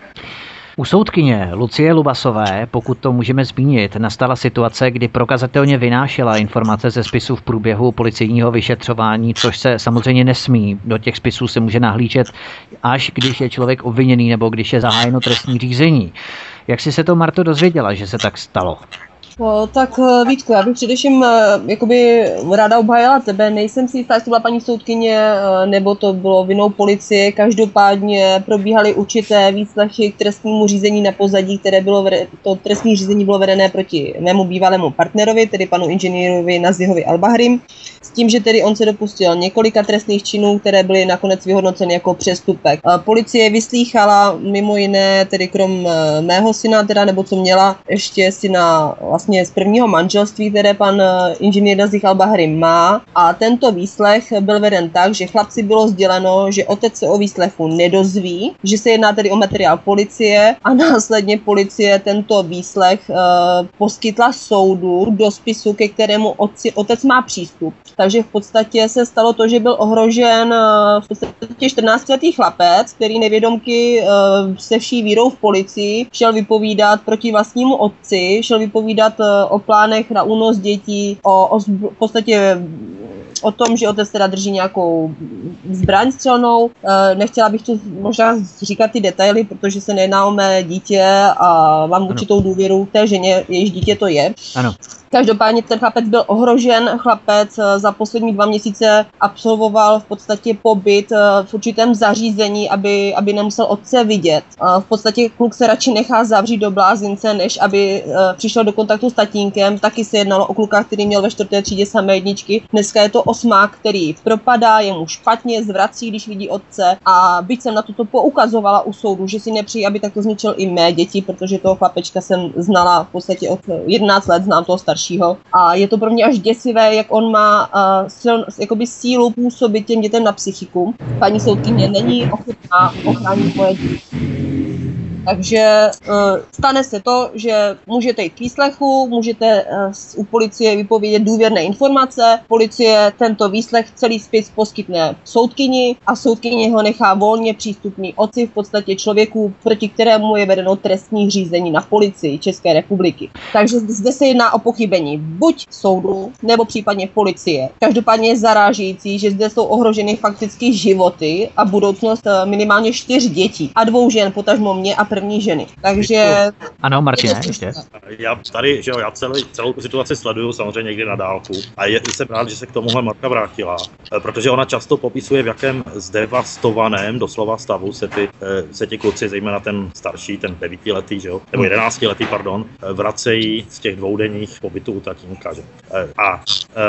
U soudkyně Lucie Lubasové, pokud to můžeme zmínit, nastala situace, kdy prokazatelně vynášela informace ze spisů v průběhu policejního vyšetřování, což se samozřejmě nesmí. Do těch spisů se může nahlížet, až když je člověk obviněný nebo když je zahájeno trestní řízení. Jak jsi se to, Marto, dozvěděla, že se tak stalo? Tak Vítku, já bych především jakoby ráda obhájila tebe, nejsem si jistá, jestli to byla paní soudkyně, nebo to bylo vinou policie, každopádně probíhaly určité výslechy k trestnímu řízení na pozadí, to trestní řízení bylo vedené proti mému bývalému partnerovi, tedy panu inženýrovi Nazihovi Albahrim, s tím, že tedy on se dopustil několika trestných činů, které byly nakonec vyhodnoceny jako přestupek. Policie vyslýchala mimo jiné, tedy krom mého syna, teda, nebo co měla ještě syna vlastně z prvního manželství, které pan inženýr Nazih Albahrim má. A tento výslech byl veden tak, že chlapci bylo sděleno, že otec se o výslechu nedozví, že se jedná tedy o materiál policie a následně policie tento výslech poskytla soudu do spisu, ke kterému otec má přístup. Takže v podstatě se stalo to, že byl ohrožen v podstatě 14letý chlapec, který nevědomky se vší vírou v policii šel vypovídat proti vlastnímu otci, šel vypovídat o plánech na únos dětí, v podstatě o tom, že otec teda drží nějakou zbraň střelnou. Nechtěla bych tu možná říkat ty detaily, protože se nejedná o mé dítě a mám určitou důvěru té ženě, jejíž dítě to je. Ano. Každopádně ten chlapec byl ohrožen, chlapec za poslední 2 měsíce absolvoval v podstatě pobyt v určitém zařízení, aby nemusel otce vidět. V podstatě kluk se radši nechá zavřít do blázince, než aby přišel do kontaktu s tatínkem. Taky se jednalo o kluka, který měl ve 4. třídě samé jedničky. Dneska je to osmák, který propadá, je mu špatně, zvrací, když vidí otce. A byť jsem na toto poukazovala u soudu, že si nepřeji, aby takto zničil i mé děti, protože toho chlapečka jsem znala v podstatě od 11 let, znám toho staršího. A je to pro mě až děsivé, jak on má sílu působit těm dětem na psychiku. Paní soudkyně není ochotná ochránit moje děti. Takže stane se to, že můžete jít k výslechu, můžete u policie vypovědět důvěrné informace, policie tento výslech celý spis poskytne soudkyni a soudkyně ho nechá volně přístupný otci, v podstatě člověku, proti kterému je vedeno trestní řízení na policii České republiky. Takže zde se jedná o pochybení buď soudu, nebo případně policie. Každopádně je zarážející, že zde jsou ohroženy fakticky životy a budoucnost minimálně 4 dětí a 2 žen, potažmo mě a první ženy. Takže... Ano, Martine, ještě. Já tady, že jo, já celou tu situaci sleduju samozřejmě někdy na dálku a jsem rád, že se k tomuhle Marta vrátila, protože ona často popisuje, v jakém zdevastovaném doslova stavu se ti kluci, zejména ten starší, ten 9letý, že jo, nebo 11letý, pardon, vracejí z těch 2denních pobytů u tatínka, že? A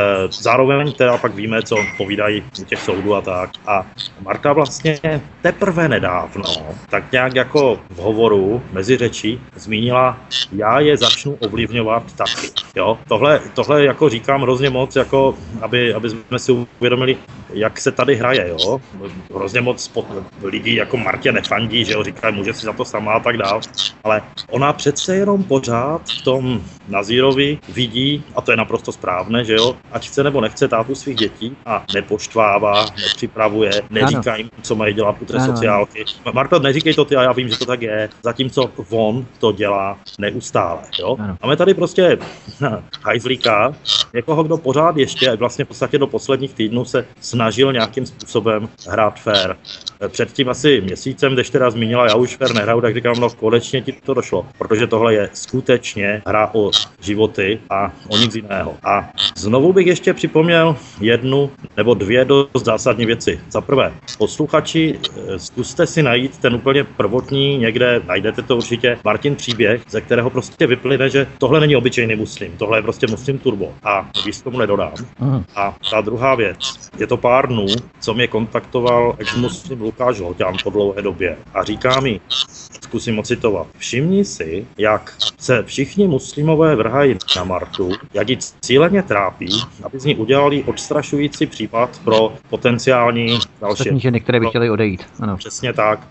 zároveň teda pak víme, co povídají u těch soudů a tak. A Marta vlastně teprve nedávno, tak nějak jako v hovoru mezi řečí zmínila, já je začnu ovlivňovat taky. Jo? Tohle jako říkám hrozně moc, jako aby jsme si uvědomili, jak se tady hraje. Jo? Hrozně moc lidí jako Martě nefandí, že jo, říkají, může si za to sama a tak dál. Ale ona přece jenom pořád v tom Nazírovi vidí, a to je naprosto správné, že jo, ať chce nebo nechce tátu svých dětí a nepoštvává, nepřipravuje, neříká jim, co mají dělat u té sociálky. Marta, neříkej to ty, a já vím, že to tak je, zatímco on to dělá neustále. Jo? Máme tady prostě hajzlíka, někoho, kdo pořád ještě, vlastně v podstatě do posledních týdnů se snažil nějakým způsobem hrát fair. Před tím asi měsícem, když teda zmínila, já už fair nehraju, tak říkám, no konečně ti to došlo, protože tohle je skutečně hra o životy a o nic jiného. A znovu bych ještě připomněl 1 nebo 2 dost zásadní věci. Za prvé, posluchači, zkuste si najít ten úplně prvotní, někde najdete to určitě, Martin příběh, ze kterého prostě vyplyne, že tohle není obyčejný muslim, tohle je prostě muslim turbo a víc tomu nedodám. A ta druhá věc, je to pár dnů, co mě kontaktoval ex-muslim Lukáš Loťan po dlouhé době a říká mi, zkusím ocitovat, všimni si, jak se všichni muslimové vrhají na Martu, jak ji cíleně trápí, aby z ní udělali odstrašující případ pro potenciální další ženy, které by chtěly odejít. Ano. Přesně tak.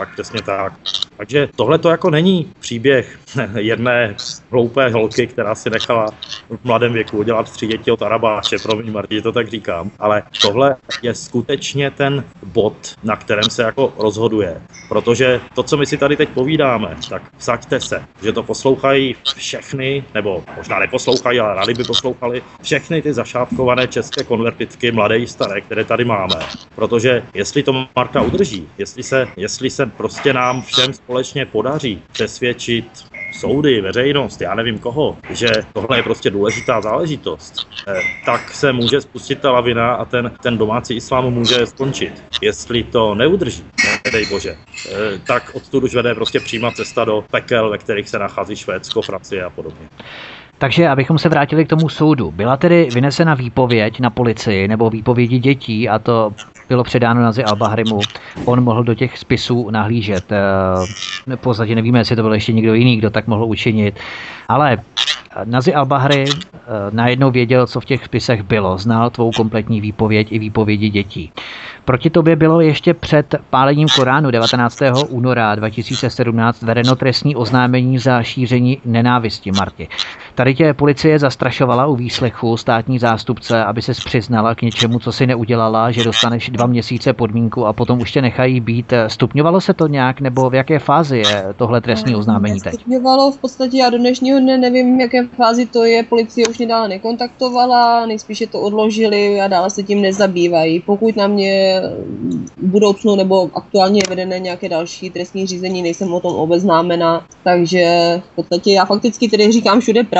Takže tohle to jako není příběh jedné hloupé holky, která si nechala v mladém věku udělat 3 děti od Arabáše, promiň Marti, že to tak říkám, ale tohle je skutečně ten bod, na kterém se jako rozhoduje, protože to, co my si tady teď povídáme, tak vsaďte se, že to poslouchají všechny, nebo možná neposlouchají, ale rádi by poslouchali všechny ty zašápkované české konvertitky, mladé i staré, které tady máme, protože jestli to Marta udrží, jestli se prostě nám všem společně podaří přesvědčit soudy, veřejnost, já nevím koho, že tohle je prostě důležitá záležitost, tak se může spustit ta lavina a ten domácí islám může skončit. Jestli to neudrží, nedej bože, tak odtud už vede prostě přímá cesta do pekel, ve kterých se nachází Švédsko, Francie a podobně. Takže abychom se vrátili k tomu soudu, byla tedy vynesena výpověď na policii nebo výpovědi dětí a to bylo předáno Nazi al-Bahrimu. On mohl do těch spisů nahlížet. V podstatě nevíme, jestli to byl ještě někdo jiný, kdo tak mohl učinit. Ale Nazi al-Bahri najednou věděl, co v těch spisech bylo. Znal tvou kompletní výpověď i výpovědi dětí. Proti tobě bylo ještě před pálením Koránu 19. února 2017 vedeno trestní oznámení za šíření nenávisti, Marti. Tady tě policie zastrašovala u výslechu státní zástupce, aby ses přiznala k něčemu, co si neudělala, že dostaneš 2 měsíce podmínku a potom už tě nechají být. Stupňovalo se to nějak, nebo v jaké fázi je tohle trestní oznámení teď? Stupňovalo v podstatě, já do dnešního dne nevím, v jaké fázi to je, policie už mě dále nekontaktovala, nejspíše to odložili a dále se tím nezabývají. Pokud na mě v budoucnu nebo aktuálně je vedené nějaké další trestní řízení, nejsem o tom obeznámena, takže v podstatě já fakticky tedy říkám všude pravdu.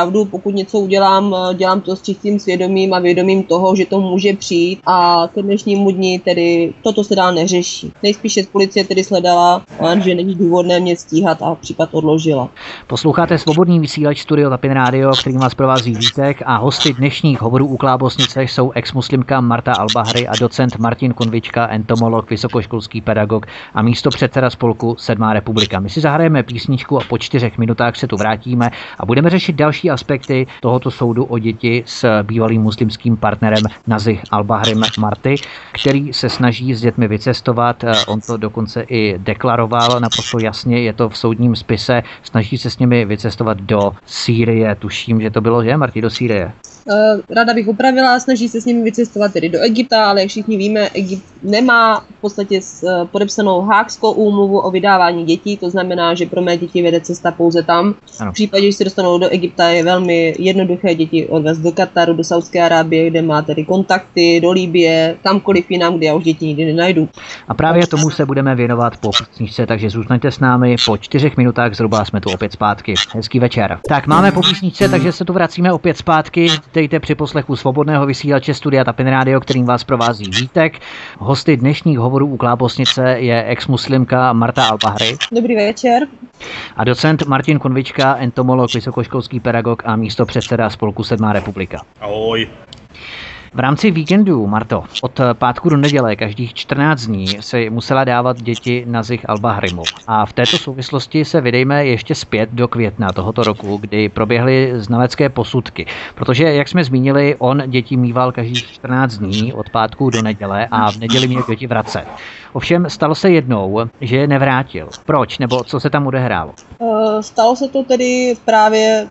pravdu, pokud něco udělám, dělám to s čistým svědomím a vědomím toho, že to může přijít a k dnešnímu dni tedy toto se dál neřeší. Nejspíše policie tedy sledala, že není důvodné mě stíhat a případ odložila. Posloucháte Svobodný vysílač Studio Tapin Radio, kterým vás provází Vítek, a hosty dnešních hovorů u Klábosnice jsou exmuslimka Marta Albahri a docent Martin Konvička, entomolog, vysokoškolský pedagog a místopředseda spolku Sedmá republika. My si zahrajeme písničku a po 4 minutách se tu vrátíme a budeme řešit další aspekty tohoto soudu o děti s bývalým muslimským partnerem Nazih Albahrim Marty, který se snaží s dětmi vycestovat. On to dokonce i deklaroval naprosto jasně, je to v soudním spise, snaží se s nimi vycestovat do Sýrie. Tuším, že to bylo, že, Marti, do Sýrie? Ráda bych opravila, snaží se s nimi vycestovat tedy do Egypta, ale jak všichni víme, Egypt nemá v podstatě podepsanou Hákskou úmluvu o vydávání dětí, to znamená, že pro mé děti vede cesta pouze tam. Ano. V případě, že se dostanou do Egypta, je velmi jednoduché děti odvést do Kataru, do Saúdské Arábie, kde má tedy kontakty, do Libye, kamkoliv jinam, kde já už děti nikdy nenajdu. A právě tomu se budeme věnovat po písničce, takže zůstaňte s námi, po 4 minutách zhruba jsme tu opět zpátky. Hezký večer. Tak máme po písničce, takže se tu vracíme opět zpátky. Dejte při poslechu Svobodného vysílače Studia Tapin Radio, kterým vás provází Vítek. Hosty dnešních hovorů u Klábosnice je exmuslimka Marta Albahri. Dobrý večer. A docent Martin Konvička, entomolog, vysokoškolský pedagog a místopředseda spolku Sedmá republika. Ahoj. V rámci víkendu, Marto, od pátku do neděle každých 14 dní se musela dávat děti Nazih Albahrimu. A v této souvislosti se vydejme ještě zpět do května tohoto roku, kdy proběhly znalecké posudky. Protože, jak jsme zmínili, on děti mýval každých 14 dní od pátku do neděle a v neděli měl děti vracet. Ovšem stalo se jednou, že je nevrátil. Proč? Nebo co se tam odehrálo? Stalo se to tedy právě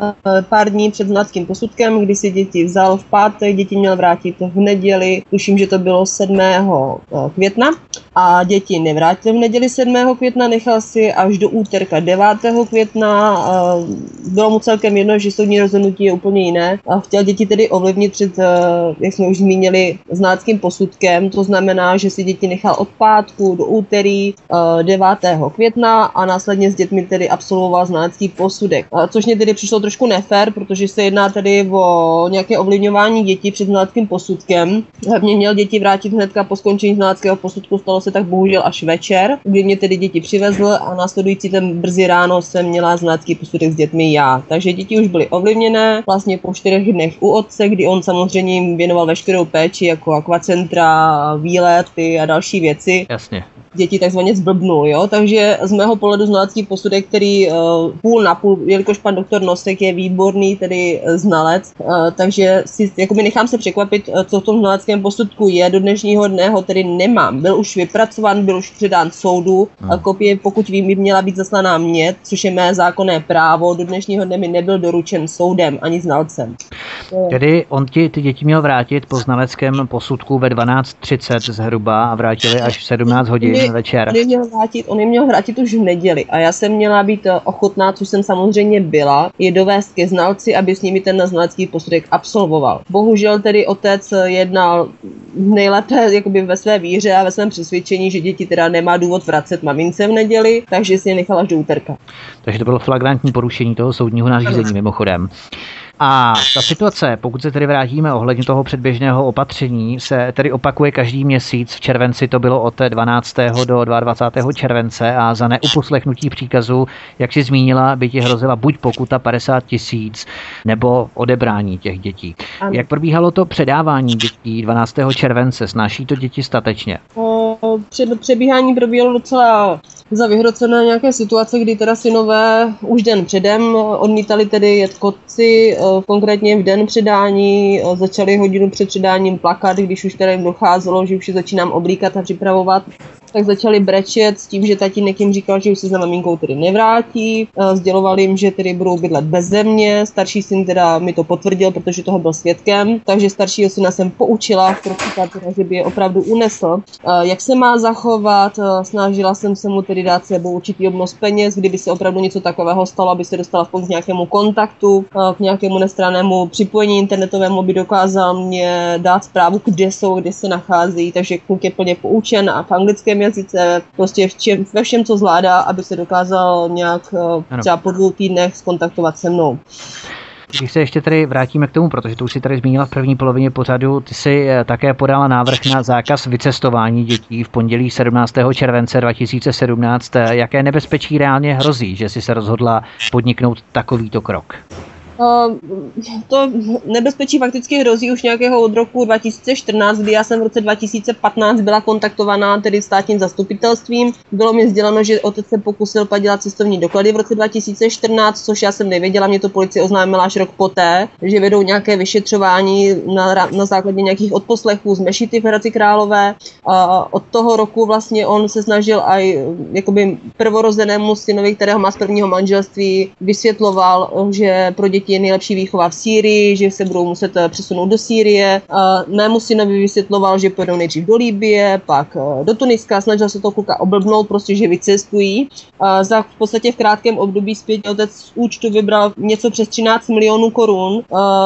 pár dní před znaleckým posudkem, kdy si děti vzal v pátek, děti měl vrátit v neděli, tuším, že to bylo 7. května. A děti nevrátil v neděli 7. května, nechal si až do úterka 9. května. Bylo mu celkem jedno, že soudní rozhodnutí je úplně jiné. A chtěl děti tedy ovlivnit před, jak jsme už zmínili, znaleckým posudkem. To znamená, že si děti nechal od pátku do úterý 9. května a následně s dětmi tedy absolvoval znalecký posudek. Což mě tedy přišlo trošku nefér, protože se jedná tedy o nějaké ovlivňování dětí před znaleckým posudkem. Hlavně měl děti vrátit hnedka po skončení znaleckého posudku, stalo se tak bohužel až večer, kdy mě tedy děti přivezl a následující den brzy ráno jsem měla znalecký posudek s dětmi já. Takže děti už byly ovlivněné vlastně po 4 dnech u otce, kdy on samozřejmě jim věnoval veškerou péči jako akvacentra, výlety a další věci. Jasně. Děti takzvaně zblbnul, jo, takže z mého pohledu znalecký posudek, který půl na půl, jelikož pan doktor Nosek je výborný tedy znalec, takže si jakoby nechám se překvapit, co v tom znaleckém posudku je, do dnešního dne ho tedy nemám. Byl už vypracován, byl už předán soudu, kopie, pokud vím, by měla být zaslaná mně, což je mé zákonné právo, do dnešního dne mi nebyl doručen soudem ani znalcem. Tedy on ti ty děti měl vrátit po znaleckém posudku ve 12:30 zhruba a vrátili až v 17 hodin večer. On je měl vrátit už v neděli a já jsem měla být ochotná, což jsem samozřejmě byla, je dovést ke znalci, aby s nimi ten znalecký posudek absolvoval. Bohužel tedy otec jednal nejlépe jakoby ve své víře a ve svém přesvědčení, že děti teda nemá důvod vracet mamince v neděli, takže si je nechal až do úterka. Takže to bylo flagrantní porušení toho soudního nařízení mimochodem. A ta situace, pokud se tedy vrátíme ohledně toho předběžného opatření, se tedy opakuje každý měsíc. V červenci to bylo od 12. do 22. července a za neuposlechnutí příkazu, jak si zmínila, by ti hrozila buď pokuta 50 000 nebo odebrání těch dětí. Ano. Jak probíhalo to předávání dětí 12. července? Snáší to děti statečně? Přebíhání probíhalo docela za vyhrocené nějaké situace, kdy teda synové už den předem odmítali tedy jet k otci, konkrétně v den předání, začali hodinu před předáním plakat, když už teda jim docházelo, že už je začínám oblíkat a připravovat, tak začali brečet s tím, že tatínek jim říkal, že už se za maminkou tedy nevrátí, sděloval jim, že tedy budou bydlet beze mě, starší syn teda mi to potvrdil, protože toho byl svědkem, takže staršího syna jsem poučila v případě, že by je opravdu unesl. Jak se má zachovat, snažila jsem se mu tedy dát sebou určitý obnos peněz, kdyby se opravdu něco takového stalo, aby se dostala k nějakému kontaktu, k nějakému nestrannému připojení internetovému, aby dokázal mě dát zprávu, kde jsou, kde se nachází, takže kluk je plně poučen a v anglickém jazyce, prostě ve všem, co zvládá, aby se dokázal nějak třeba po 2 týdnech skontaktovat se mnou. Když se ještě tady vrátíme k tomu, protože to už si tady zmínila v první polovině pořadu, ty si také podala návrh na zákaz vycestování dětí v pondělí 17. července 2017. Jaké nebezpečí reálně hrozí, že si se rozhodla podniknout takovýto krok? To nebezpečí fakticky hrozí už nějakého od roku 2014, kdy já jsem v roce 2015 byla kontaktovaná tedy státním zastupitelstvím. Bylo mi sděleno, že otec se pokusil padělat cestovní doklady v roce 2014, což já jsem nevěděla, mě to policie oznámila až rok poté, že vedou nějaké vyšetřování na základě nějakých odposlechů z mešity v Hradci Králové. Od toho roku vlastně on se snažil aj jakoby prvorozenému synovi, kterého má z prvního manželství, vysvětloval, že pro děti je nejlepší výchova v Sýrii, že se budou muset přesunout do Sýrie. Mému synovi vysvětloval, že půjdou nejdřív do Libye, pak do Tuniska, snažil se to kluka oblbnout, prostě, že vycestují. Za v podstatě v krátkém období zpětně otec z účtu vybral něco přes 13 milionů korun.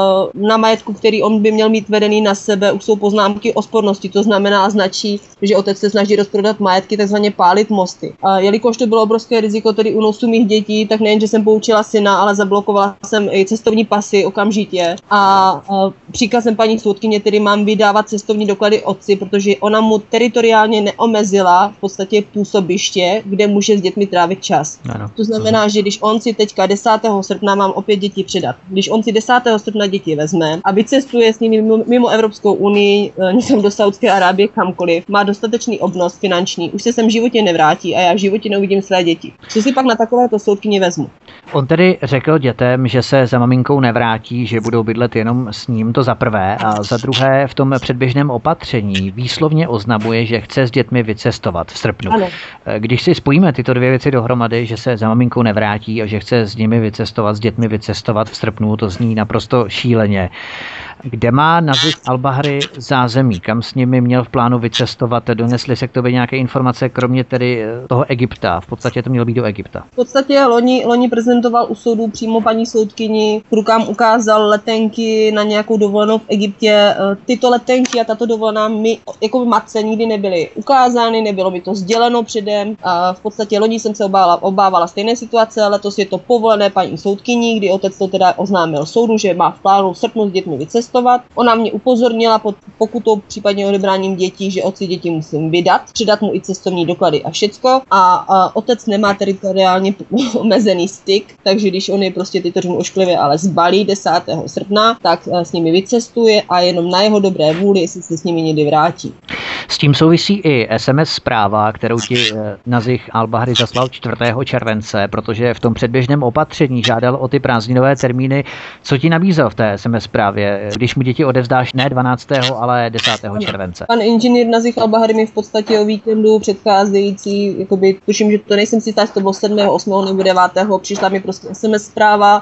Na majetku, který on by měl mít vedený na sebe, už jsou poznámky o spornosti, to znamená a značí, že otec se snaží rozprodat majetky, takzvaně pálit mosty. Jelikož to bylo obrovské riziko tedy únosu mých dětí, tak nejen, že jsem poučila syna, ale zablokovala jsem i cestovní pasy okamžitě a příkazem paní soudkyně tedy mám vydávat cestovní doklady otci, protože ona mu teritoriálně neomezila v podstatě působiště, kde může s dětmi trávit čas. Ano. To znamená, že když on si teďka 10. srpna mám opět děti předat, když on si 10. srpna děti vezme a vycestuje s nimi mimo Evropskou unii, někam do Saúdské Arábie, kamkoliv, má dostatečný obnos finanční, už se sem v životě nevrátí a já v životě neuvidím své děti. Co si pak na takovéto soudkyni vezmu? On tedy řekl dětem, že se za maminkou nevrátí, že budou bydlet jenom s ním, to za prvé, a za druhé v tom předběžném opatření výslovně oznamuje, že chce s dětmi vycestovat v srpnu. Ano. Když si spojíme tyto dvě věci dohromady, že se za maminkou nevrátí a že chce s nimi vycestovat, s dětmi vycestovat v srpnu, to zní naprosto šíleně. Kde má Nazih Al-Bahri zázemí? Kam s nimi měl v plánu vycestovat? Donesly se k tobě nějaké informace, kromě tedy toho Egypta? V podstatě to mělo být do Egypta. V podstatě loni prezentoval u soudu přímo paní soudkyni, rukám ukázal letenky na nějakou dovolenou v Egyptě. Tyto letenky a tato dovolená mi jako matce nikdy nebyly ukázány, nebylo mi to sděleno předem. A v podstatě loni jsem se obávala stejné situace, letos je to povolené paní soudkyní, kdy otec to teda oznámil soudu, že má v plánu v srpnu s dětmi vycestovat. Ona mě upozornila pod pokutou, případně odebráním dětí, že otci děti musím vydat, předat mu i cestovní doklady a všecko. A otec nemá teritoriálně omezený styk, takže když on je prostě tyto řeknu ošklivě, ale zbalí 10. srpna, tak s nimi vycestuje a jenom na jeho dobré vůli, jestli se s nimi někdy vrátí. S tím souvisí i SMS zpráva, kterou ti Nazih Al-Bahri zaslal 4. července, protože v tom předběžném opatření žádal o ty prázdninové termíny. Co ti nabízel v té SMS zprávě, když mu děti odevzdáš ne 12., ale 10. července? Pan inženýr Nazih Al-Bahri mi v podstatě o víkendu předcházející, jakoby, tuším, že to nejsem si tak, to bylo 7., 8. nebo 9. přišla mi prostě SMS zpráva.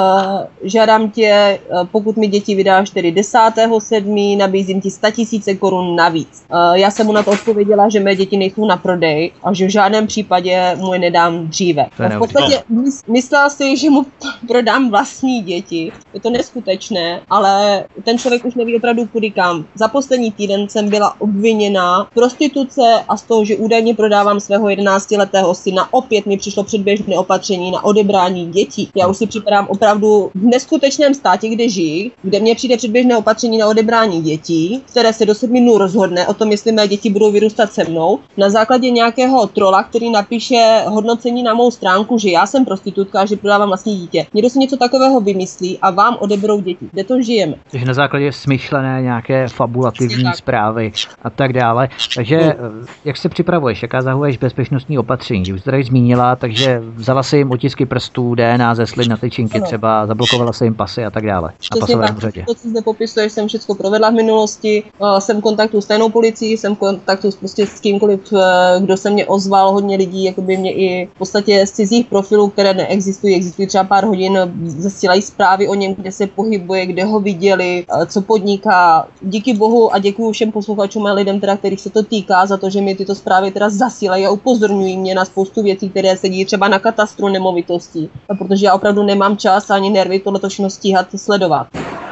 Žádám tě, pokud mi děti vydáš tedy 10.7., nabízím ti 100 000 korun navíc. Já jsem mu na to odpověděla, že mé děti nejsou na prodej a že v žádném případě mu je nedám dříve. V podstatě myslel si, že mu prodám vlastní děti. Je to neskutečné, ale ten člověk už neví opravdu kudy kam. Za poslední týden jsem byla obviněna prostituce a z toho, že údajně prodávám svého 11letého syna. Opět mi přišlo předběžné opatření na odebrání dětí. Já už si připadám opravdu v neskutečném státě, kde žiji, kde mně přijde předběžné opatření na odebrání dětí, které se do 7 dnů rozhodne o tom, jestli mé děti budou vyrůstat se mnou, na základě nějakého trola, který napíše hodnocení na mou stránku, že já jsem prostitutka a že prodávám vlastní dítě. Někdo si něco takového vymyslí a vám odeberou děti. Kde to žijeme? Takže na základě smyšlené nějaké fabulativní zprávy a tak dále. Takže jak se připravuješ? Jaká zahuješ bezpečnostní opatření? Už to tady zmínila, takže vzala si jim otisky prstů, DNA ze slin na tyčinky, třeba zablokovala se jim pasy a tak dále. Na pasovém úřadě. To, co zde popisuješ, jsem všechno provedla v minulosti. Jsem v kontaktu s tajnou policií, jsem v kontaktu prostě s kýmkoliv, kdo se mě ozval, hodně lidí, jakoby mě i v podstatě z cizích profilů, které neexistují, existují třeba pár hodin, zasílají zprávy o něm, kde se pohybuje, kde ho viděli, co podniká. Díky bohu a děkuji všem posluchačům a lidem, teda, kterých se to týká, za to, že mi tyto zprávy teda zasílají a upozorňují mě na spoustu věcí, které se dějí třeba na katastru nemovitostí, protože já opravdu nemám čas ani nervy tohle všechno stíhat sledovat.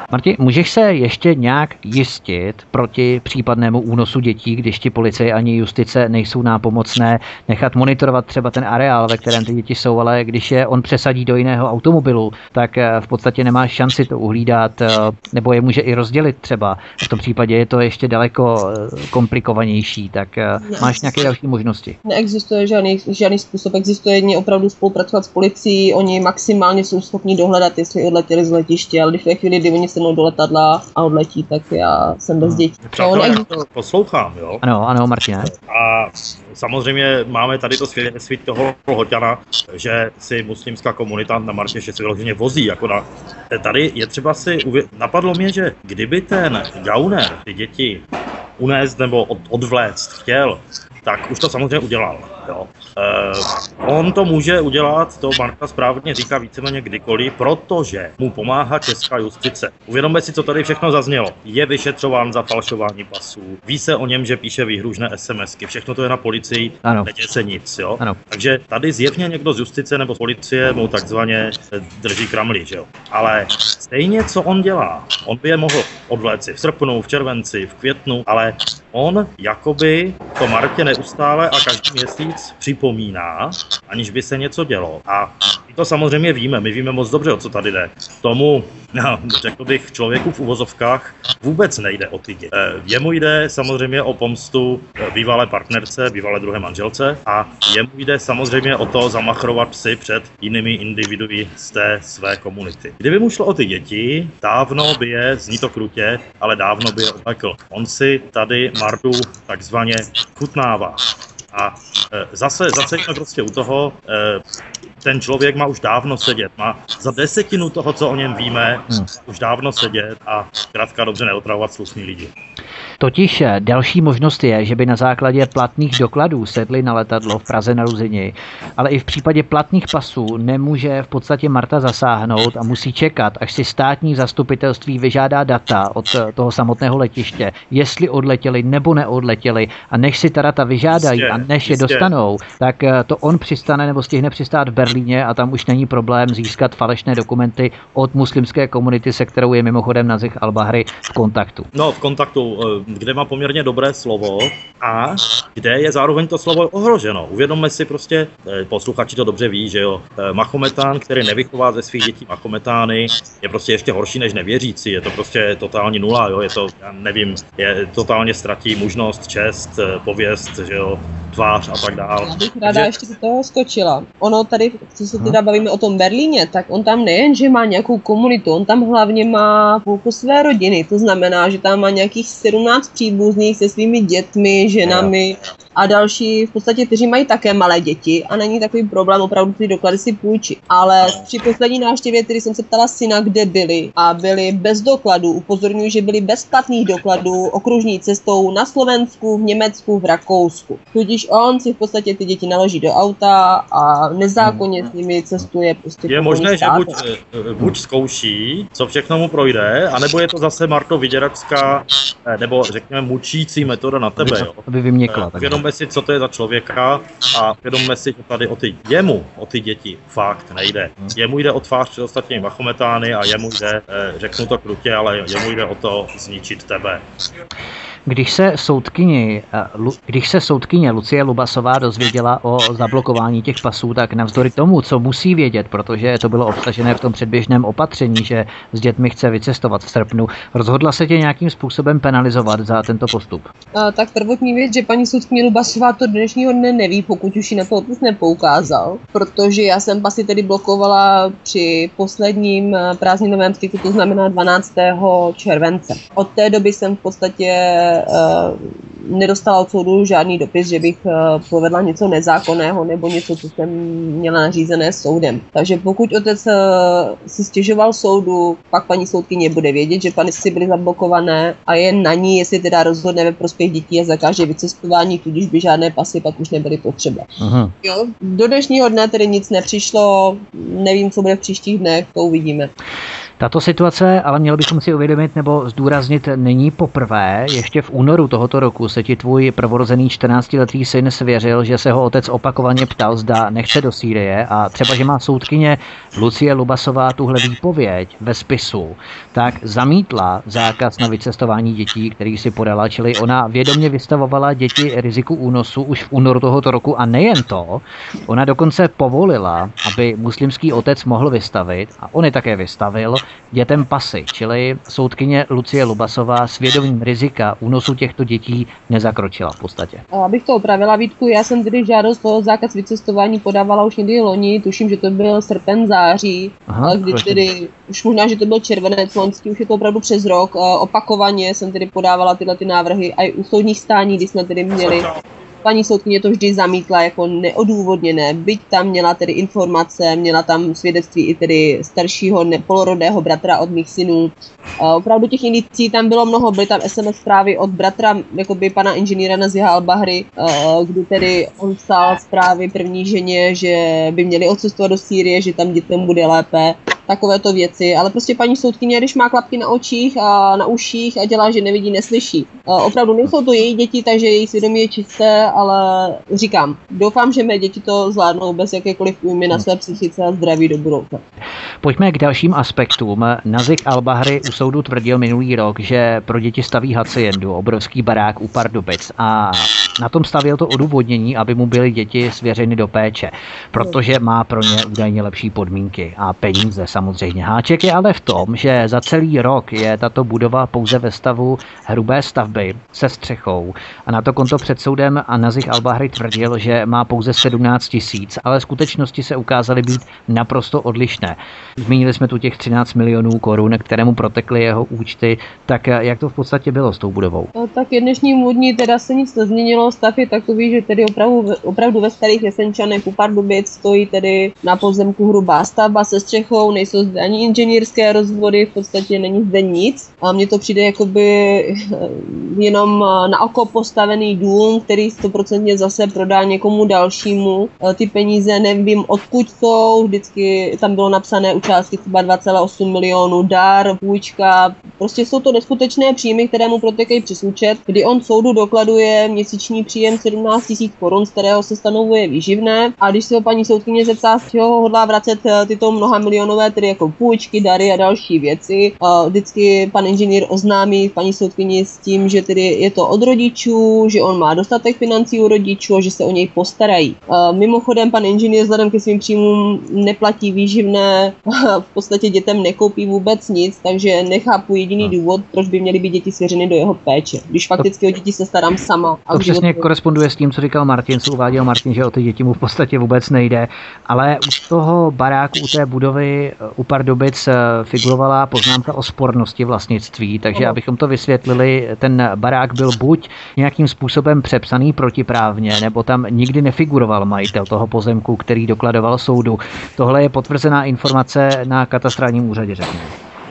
Marti, můžeš se ještě nějak jistit proti případnému únosu dětí, když ti policie ani justice nejsou nápomocné, nechat monitorovat třeba ten areál, ve kterém ty děti jsou, ale když je on přesadí do jiného automobilu, tak v podstatě nemáš šanci to uhlídat, nebo je může i rozdělit třeba. V tom případě je to ještě daleko komplikovanější, tak máš nějaké další možnosti? Neexistuje žádný způsob, existuje jedině opravdu spolupracovat s policií, oni maximálně jsou schopni dohledat, jestli odletěli z letiště, ale když ve chvíli, kdy oni sednou do letadla a odletí, tak já jsem bez dětí. Poslouchám, jo? Ano, Martine. A samozřejmě máme tady to svědectví toho Lhoťana, že si muslimská komunita na Martě, že si vyloženě vozí. Jako tady je třeba si napadlo mě, že kdyby ten gauner ty děti unést nebo odvléct chtěl, tak už to samozřejmě udělal. Jo. On to může udělat, to Marta správně říká víceméně kdykoliv, protože mu pomáhá česká justice. Uvědomme si, co tady všechno zaznělo. Je vyšetřován za falšování pasů, ví se o něm, že píše výhružné SMSky, všechno to je na policii, neděje se nic. Jo. Takže tady zjevně někdo z justice nebo z policie mu takzvaně drží kramli. Že jo. Ale stejně, co on dělá, on by je mohl odvléci v srpnu, v červenci, v květnu, ale on jakoby to Martě neustále a každý měsíc připomíná, aniž by se něco dělo. A my to samozřejmě víme, my víme moc dobře, o co tady jde. Tomu, řekl bych, člověku v uvozovkách vůbec nejde o ty děti. Jemu jde samozřejmě o pomstu bývalé partnerce, bývalé druhé manželce a jemu jde samozřejmě o to zamachrovat psy před jinými individuy z té své komunity. Kdyby mu šlo o ty děti, dávno by je, zní to krutě, ale dávno by je odvlekl. On si tady Martu takzvaně chutnává. A zase jsme prostě u toho, ten člověk má už dávno sedět, má za 10% toho, co o něm víme, už dávno sedět a zkrátka dobře neotravovat slušný lidi. Totiž další možnost je, že by na základě platných dokladů sedli na letadlo v Praze na Ruzini, ale i v případě platných pasů nemůže v podstatě Marta zasáhnout a musí čekat, až si státní zastupitelství vyžádá data od toho samotného letiště, jestli odletěli nebo neodletěli, a než si ta data vyžádají a než je dostanou, tak to on přistane nebo stihne přistát v Berlíně a tam už není problém získat falešné dokumenty od muslimské komunity, se kterou je mimochodem Nazih Al-Bahri v kontaktu. No, v kontaktu, kde má poměrně dobré slovo a kde je zároveň to slovo ohroženo. Uvědomme si prostě, posluchači to dobře ví, že jo, Mahometán, který nevychová ze svých dětí Mahometány, je prostě ještě horší než nevěřící, je to prostě totální nula, jo, je to, já nevím, totálně ztratí mužnost, čest, pověst, že jo, tvář a tak dál. Já bych ráda ještě do toho skočila. Ono tady, co se teda bavíme o tom Berlíně, tak on tam nejen, že má nějakou komunitu, on tam hlavně má půlku své rodiny, to znamená, že tam má nějakých 17 příbuzných se svými dětmi, ženami a další v podstatě, kteří mají také malé děti a není takový problém opravdu ty doklady si půjčit. Ale při poslední návštěvě, který jsem se ptala syna, kde byli a byli bez dokladů, upozorňuji, že byli bez platných dokladů okružní cestou na Slovensku, v Německu, v Rakousku. Tudíž on si v podstatě ty děti naloží do auta a nezákonně s nimi cestuje prostě. Je možné, že buď zkouší, co všechno mu projde, anebo je to zase Marto vyděračská, nebo řekněme mučící metoda na tebe. Jo. Aby vyměkla. Uvědomme si, co to je za člověka a uvědomme si, že tady jemu o ty děti fakt nejde. Jemu jde o tvář před ostatními Mahometány a jemu jde, řeknu to krutě, ale jemu jde o to zničit tebe. Když se soudkyně Lucie Lubasová dozvěděla o zablokování těch pasů, tak navzdory tomu, co musí vědět, protože to bylo obsažené v tom předběžném opatření, že s dětmi chce vycestovat v srpnu, rozhodla se tě nějakým způsobem penalizovat za tento postup? Tak prvotní věc, že paní soudkyně Lubasová to dnešního dne neví, pokud už ji na to otec nepoukázal, protože já jsem pasy tedy blokovala při posledním prázdninovém styku, to znamená 12. července. Od té doby jsem v podstatě nedostala od soudu žádný dopis, že bych provedla něco nezákonného nebo něco, co jsem měla nařízené soudem. Takže pokud otec si stěžoval soudu, pak paní soudkyně bude vědět, že pasy byly zablokované a je na ní, jestli teda rozhodne ve prospěch dětí a zakáže vycestování, tudíž by žádné pasy pak už nebyly potřeba. Jo, do dnešního dne tedy nic nepřišlo, nevím, co bude v příštích dnech, to uvidíme. Tato situace, ale měli bychom si uvědomit nebo zdůraznit, není poprvé. Ještě v únoru tohoto roku se ti tvůj prvorozený 14letý syn svěřil, že se ho otec opakovaně ptal, zda nechce do Sýrie, a třeba, že má soudkyně Lucie Lubasová tuhle výpověď ve spisu, tak zamítla zákaz na vycestování dětí, který si podala, čili ona vědomě vystavovala děti riziku únosu už v únoru tohoto roku, a nejen to, ona dokonce povolila, aby muslimský otec mohl vystavit, a on je také vystavil, dětem pasy, čili soudkyně Lucie Lubasová s vědomím rizika únosu těchto dětí nezakročila v podstatě. Abych to opravila, Vítku, já jsem tedy žádost o zákaz vycestování podávala už někdy loni, tuším, že to byl srpen, září, kdy tedy, už možná, že to byl červenec loňský, už je to opravdu přes rok, opakovaně jsem tedy podávala tyhle ty návrhy a i u soudních stání, kdy jsme tedy měli. Paní soudkyně to vždy zamítla jako neodůvodněné, byť tam měla tedy informace, měla tam svědectví i tedy staršího polorodého bratra od mých synů. Opravdu těch indicí tam bylo mnoho, byly tam SMS zprávy od bratra jakoby pana inženýra Naziha Al-Bahri, kdy tedy on psal zprávy první ženě, že by měli odcestovat do Sýrie, že tam dětem bude lépe. Takovéto věci, ale prostě paní soudkyně, když má klapky na očích a na uších a dělá, že nevidí, neslyší. Opravdu nejsou to její děti, takže její svědomí je čisté, ale říkám, doufám, že mé děti to zvládnou bez jakékoliv újmy na své psychice a zdraví do budoucna. Pojďme k dalším aspektům. Nazih Al-Bahri u soudu tvrdil minulý rok, že pro děti staví haciendu, obrovský barák u Pardubic, a na tom stavěl to odůvodnění, aby mu byly děti svěřeny do péče, protože má pro ně údajně lepší podmínky a peníze samozřejmě. Háček je ale v tom, že za celý rok je tato budova pouze ve stavu hrubé stavby se střechou, a na to konto před soudem Nazih Al-Bahri tvrdil, že má pouze 17 000, ale skutečnosti se ukázaly být naprosto odlišné. Zmínili jsme tu těch 13 milionů korun, kterému protekly jeho účty, tak jak to v podstatě bylo s tou budovou? Tak je dnešním dní teda se nic nezměnilo, stav je takový, že tedy opravdu ve Starých Jesenčanech u Pardubic stojí tedy na pozemku hrubá stavba se střechou, nejsou zde ani inženýrské rozvody, v podstatě není zde nic. A mně to přijde jakoby jenom na oko postavený dům, který 100% zase prodá někomu dalšímu. Ty peníze nevím odkud jsou, vždycky tam bylo napsané u částky třeba 2,8 milionů, dar, půjčka. Prostě jsou to neskutečné příjmy, které mu protekají přes účet, kdy on soudu dokladuje měsíční příjem 17 000 korun, z kterého se stanovuje výživné. A když se ho paní soudkyně zeptá, z čeho hodlá vracet tyto mnohamilionové, tedy jako půjčky, dary a další věci, vždycky pan inženýr oznámí paní soudkyni s tím, že tedy je to od rodičů, že on má dostatek financí u rodičů a že se o něj postarají. Mimochodem pan inženýr vzhledem ke svým příjmům neplatí výživné, v podstatě dětem nekoupí vůbec nic, takže nechápu jediný důvod, proč by měly být děti svěřeny do jeho péče, když fakticky o děti se starám sama. To přesně koresponduje s tím, co říkal Martin, co uváděl Martin, že o ty děti mu v podstatě vůbec nejde, ale u toho baráku, u té budovy u Pardubic figurovala poznámka o spornosti vlastnictví, takže abychom to vysvětlili, ten barák byl buď nějakým způsobem přepsaný protiprávně, nebo tam nikdy nefiguroval majitel toho pozemku, který dokladoval soudu. Tohle je potvrzená informace na katastrálním úřadě, řekněme.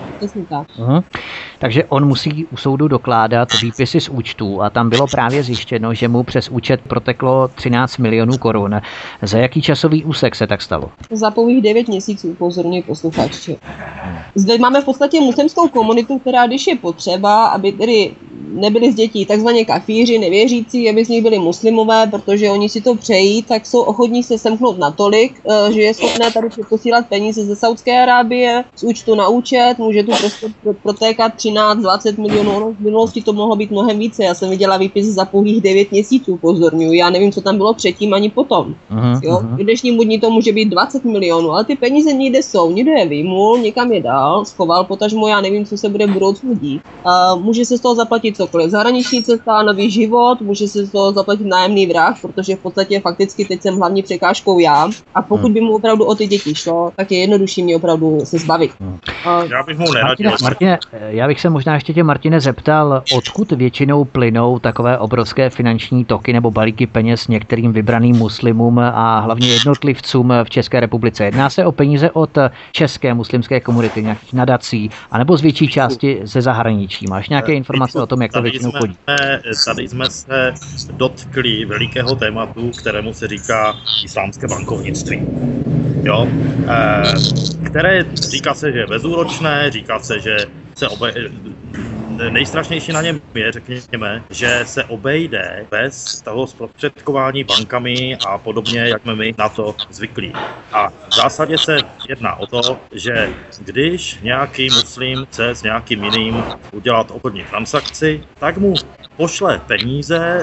Takže on musí u soudu dokládat výpisy z účtů a tam bylo právě zjištěno, že mu přes účet proteklo 13 milionů korun. Za jaký časový úsek se tak stalo? Za pouhých 9 měsíců, pozorný posluchač. Zde máme v podstatě muslimskou komunitu, která když je potřeba, aby tedy nebyli z dětí takzvaně kafíři, nevěřící, aby z nich byli muslimové, protože oni si to přejí, tak jsou ochotní se semknout natolik, že je schopné tady posílat peníze ze Saudské Arábie z účtu na účet, může tu prostě protékat 13-20 milionů, v minulosti to mohlo být mnohem více, já jsem viděla výpis za pouhých 9 měsíců, pozorňuji, já nevím, co tam bylo předtím ani potom. Jo? V dnešním dní to může být 20 milionů, ale ty peníze někde jsou, někdo je vyjmul, někam je dal, schoval, potažmo já nevím, co se bude v budoucnu dít. Může se z toho zaplatit cokoliv, zahraniční cesta, nový život, může se z toho zaplatit nájemný vrah, protože v podstatě fakticky teď jsem hlavní překážkou já a pokud by mu opravdu o ty děti šlo, tak je jednodušší mě opravdu se zbavit. Já bych mu neradil. Martine, já bych se možná ještě tě, Martine, zeptal, odkud většinou plynou takové obrovské finanční toky nebo balíky peněz některým vybraným muslimům a hlavně jednotlivcům v České republice. Jedná se o peníze od české muslimské komunity, nějakých nadací, anebo z větší části ze zahraničí. Máš nějaké informace o tom, jak to většinou chodí? Tady jsme se dotkli velikého tématu, kterému se říká islámské bankovnictví. Jo? které říká se, že je bezúročné, říká se, že se nejstrašnější na něm je, řekněme, že se obejde bez toho zprostředkování bankami a podobně, jak jsme my na to zvyklí. A v zásadě se jedná o to, že když nějaký muslim chce s nějakým jiným udělat obchodní transakci, tak mu pošle peníze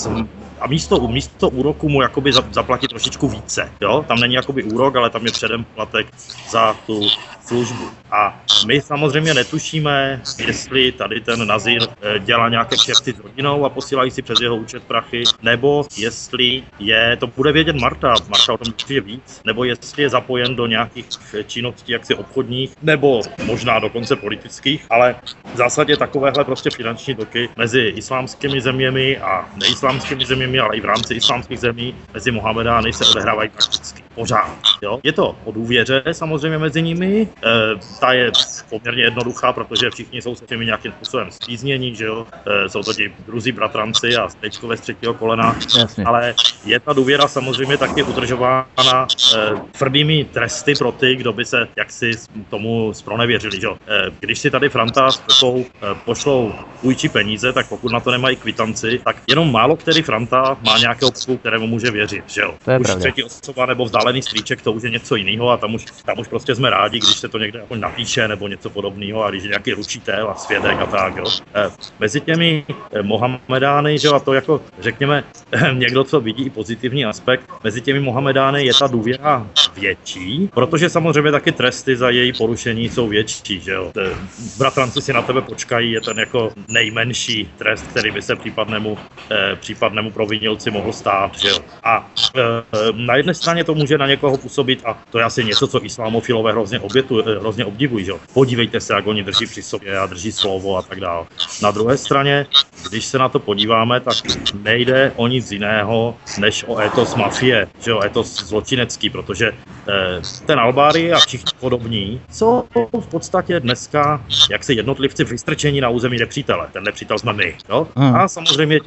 a místo úroku mu jakoby zaplatí trošičku více. Jo? Tam není jakoby úrok, ale tam je předem platek za tu službu. A my samozřejmě netušíme, jestli tady ten Nazir dělá nějaké kšefty s rodinou a posílají si přes jeho účet prachy, nebo jestli to bude vědět Marta o tom určitě víc, nebo jestli je zapojen do nějakých činností jaksi obchodních, nebo možná dokonce politických, ale v zásadě takovéhle prostě finanční toky mezi islámskými zeměmi a neislámskými zeměmi, ale i v rámci islámských zemí mezi Mohamedány se odehrávají prakticky pořád. Jo? Je to o důvěře samozřejmě mezi nimi, ta je poměrně jednoduchá, protože všichni jsou se těmi nějakým způsobem spíznění, že jo? Jsou to ti druzí bratranci a stečkové z třetího kolena, ale je ta důvěra samozřejmě taky udržována tvrdými tresty pro ty, kdo by se jaksi tomu zpronevěřili. Že? Když si tady Franta s Pepou pošlou půjčí peníze, tak pokud na to nemají kvitanci, tak jenom málo který Franta má nějakého psu, kterému může věřit. Že jo? Už třetí osoba nebo vzdálený strýček, to už je něco jiného a tam už prostě jsme rádi, když se to někde jako napíše nebo něco podobného a když je nějaký ručitel a svědek a tak. Jo? Mezi těmi Mohamedány, že jo, a to jako řekněme někdo, co vidí i pozitivní aspekt, mezi těmi Mohamedány je ta důvěra větší, protože samozřejmě taky tresty za její porušení jsou větší. Že jo? Bratranci si na tebe počkají, je ten jako nejmenší trest, který by se případnému provinilci mohl stát. Že jo? A na jedné straně to může na někoho působit a to je asi něco, co islámofilové hrozně obdivují. Že? Podívejte se, jak oni drží při sobě a drží slovo a tak dále. Na druhé straně, když se na to podíváme, tak nejde o nic jiného, než o etos mafie, že jo, etos zločinecký, protože ten Al-Bari a všichni podobní jsou v podstatě dneska jak se jednotlivci vystrčení na území nepřítele. Ten nepřítel jsme my. Jo? A samozřejmě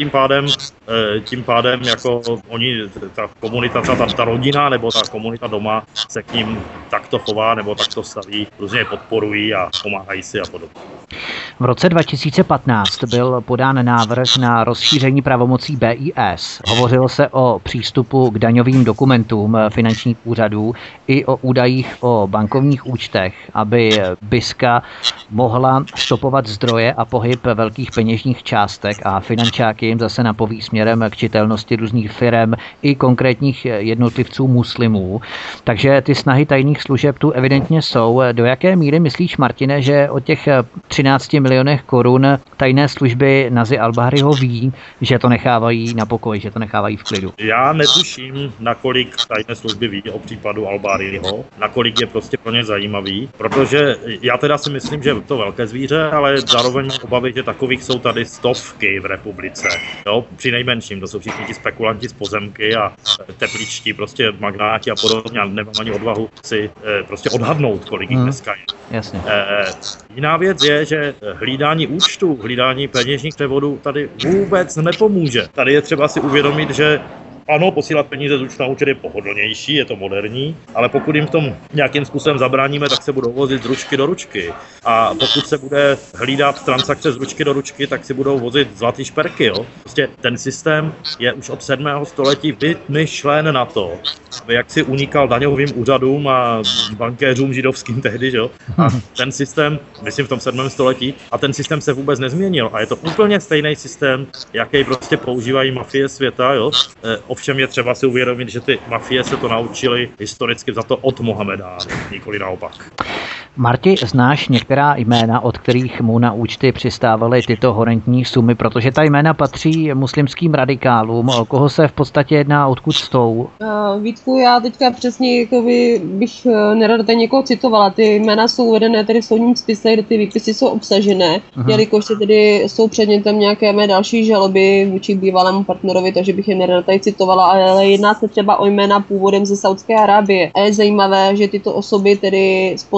tím pádem jako oni, ta komunita, ta rodina nebo ta komunita doma se k ním takto chová nebo takto staví, různě podporují a pomáhají si a podobně. V roce 2015 byl podán návrh na rozšíření pravomocí BIS. Hovořilo se o přístupu k daňovým dokumentům finančních úřadů i o údajích o bankovních účtech, aby BISka mohla stopovat zdroje a pohyb velkých peněžních částek a finančáky jim zase napoví směrem k čitelnosti různých firem i konkrétních jednotlivců muslimů. Takže ty snahy tajných služeb tu evidentně jsou. Do jaké míry myslíš, Martine, že o těch 13 milionech korun tajné služby Nazy Al-Bahriho ví, že to nechávají na pokoji, že to nechávají v klidu? Já netuším, nakolik tajné služby ví o případu Al-Bahriho, nakolik je prostě pro ně zajímavý, protože já teda si myslím, že je to velké zvíře, ale zároveň mám obavy, že takových jsou tady stovky v republice. Jo? Při nejmenším, to jsou všichni ti spekulanti z pozemky a tepličtí prostě magnáti a podobně, nemám ani odvahu si prostě odhadnout, kolik jich dneska je. Jasně. Jiná věc je, že hlídání účtu, hlídání peněžních převodů tady vůbec nepomůže. Tady je třeba si uvědomit, že ano, posílat peníze z účtu na účet je pohodlnější, je to moderní, ale pokud jim v tom nějakým způsobem zabráníme, tak se budou vozit z ručky do ručky. A pokud se bude hlídat transakce z ručky do ručky, tak si budou vozit zlatý šperky. Jo? Prostě ten systém je už od 7. století vymyšlen na to, jak si unikal daňovým úřadům a bankéřům židovským tehdy. Jo? A ten systém, myslím v tom 7. století, a ten systém se vůbec nezměnil. A je to úplně stejný systém, jaký prostě používají mafie světa. Jo? Ovšem je třeba si uvědomit, že ty mafie se to naučily historicky za to od Mohamedánů, nikoli naopak. Marti, znáš některá jména, od kterých mu na účty přistávaly tyto horentní sumy, protože ta jména patří muslimským radikálům, o koho se v podstatě jedná, odkud jsou? Vítku, já teďka přesně bych nerada tady někoho citovala. Ty jména jsou uvedené tedy v soudním spise, kde ty výpisy jsou obsažené, jelikož tedy jsou předmětem nějaké mé další žaloby vůči bývalému partnerovi, takže bych je nerada tady citovala, ale jedná se třeba o jména původem ze Saudské Arábie. A je zajímavé, že tyto osoby tedy sponzorovaly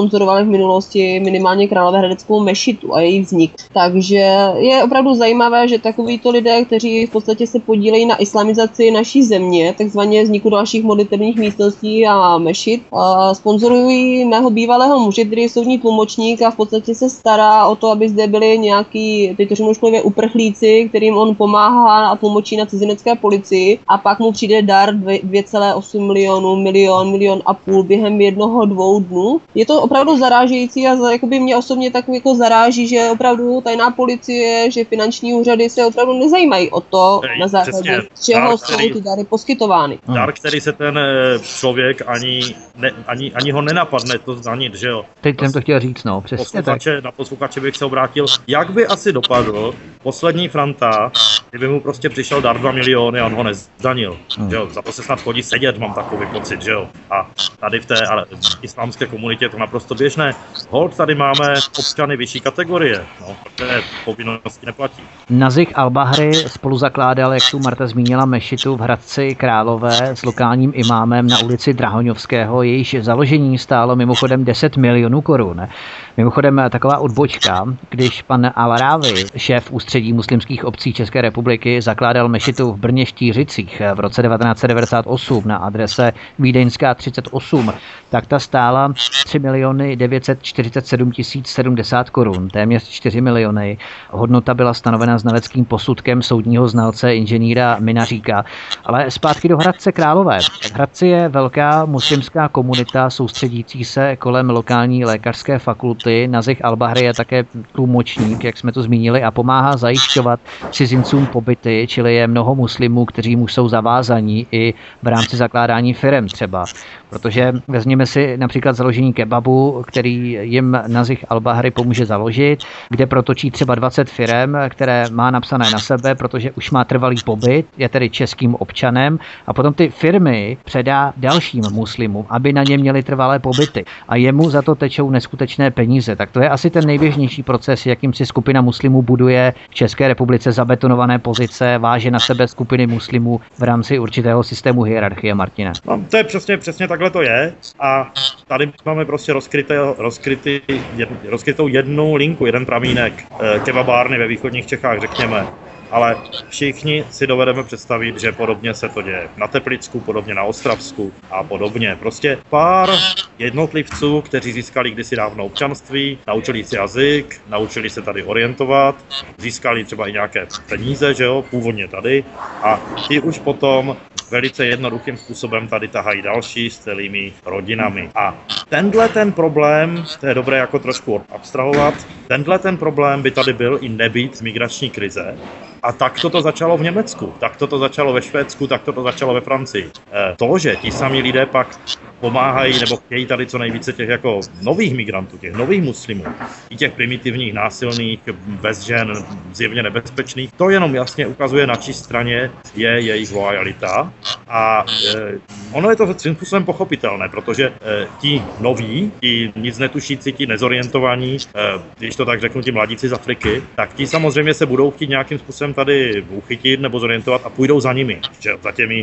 minulosti minimálně královéhradeckou mešitu a její vznik. Takže je opravdu zajímavé, že takovýto lidé, kteří v podstatě se podílejí na islamizaci naší země, takzvaně vzniku dalších modlitebních místností a mešit, sponzorují mého bývalého muže, který je soudní tlumočník a v podstatě se stará o to, aby zde byli nějaký, teď to řeknu školivě, uprchlíci, kterým on pomáhá a tlumočí na cizinecké policii a pak mu přijde dar 2,8 milion a půl během 1-2 dnů. Je to opravdu zarážející a jakoby mě osobně tak jako zaráží, že opravdu tajná policie, že finanční úřady se opravdu nezajímají o to, na základě čeho jsou ty dary poskytovány. Dar, který se ten člověk ani ho nenapadne to zdanit, že jo? Teď jsem to chtěl říct, no, přesně tak. Na posluchače bych se obrátil, jak by asi dopadl poslední Franta, kdyby mu prostě přišel dar 2 miliony a on ho nezdanil. Že jo? Za to se snad chodí sedět, mám takový pocit, že jo? A tady v té islámské komunitě je to naprosto běžné. Holt, tady máme občany vyšší kategorie, no, které povinnosti neplatí. Nazih Al-Bahri spolu zakládal, jak tu Marta zmínila, mešitu v Hradci Králové s lokálním imámem na ulici Drahoňovského. Jejíž založení stálo mimochodem 10 milionů korun. Mimochodem taková odbočka, když pan Al-Rávi, šéf ústředí muslimských obcí České republiky, zakládal mešitu v Brně Štířicích v roce 1998 na adrese Vídeňská 38, tak ta stála 3 947 070 korun, téměř 4 miliony. Hodnota byla stanovena znaleckým posudkem soudního znalce inženýra Minaříka. Ale zpátky do Hradce Králové. V Hradci je velká muslimská komunita soustředící se kolem lokální lékařské fakulty. Nazih Al-Bahri je také tlumočník, jak jsme to zmínili, a pomáhá zajišťovat cizincům pobyty, čili je mnoho muslimů, kteří mu jsou zavázaní i v rámci zakládání firem třeba. Protože vezměme si například založení kebabu, který jim Nazih Al-Bahri pomůže založit, kde protočí třeba 20 firem, které má napsané na sebe, protože už má trvalý pobyt, je tedy českým občanem a potom ty firmy předá dalším muslimům, aby na ně měli trvalé pobyty a jemu za to tečou neskutečné peníze. Tak to je asi ten nejběžnější proces, jakým si skupina muslimů buduje v České republice zabetonované pozice, váže na sebe skupiny muslimů v rámci určitého systému hierarchie, Martine. No, to je přesně takhle to je a tady máme prostě rozkrytou jednu linku, jeden pramínek kebabárny ve východních Čechách, řekněme. Ale všichni si dovedeme představit, že podobně se to děje na Teplicku, podobně na Ostravsku a podobně. Prostě pár jednotlivců, kteří získali kdysi dávno občanství, naučili si jazyk, naučili se tady orientovat, získali třeba i nějaké peníze, že jo, původně tady a ti už potom velice jednoduchým způsobem tady tahají další s celými rodinami. A tenhle ten problém, to je dobré jako trošku abstrahovat, tenhle ten problém by tady byl i nebýt migrační krize. A tak to začalo v Německu, tak to začalo ve Švédsku, tak to začalo ve Francii. To, že ti samí lidé pak pomáhají nebo chtějí tady co nejvíce těch jako nových migrantů, těch nových muslimů, i těch primitivních, násilných, bez žen, zjevně nebezpečných, to jenom jasně ukazuje, na čí straně je jejich loajalita. A ono je to svým způsobem pochopitelné, protože ti noví, ti nic netušící, ti nezorientovaní, když to tak řeknu, ti mladíci z Afriky, tak ti samozřejmě se budou chtít nějakým způsobem tady uchytit nebo zorientovat a půjdou za nimi, že?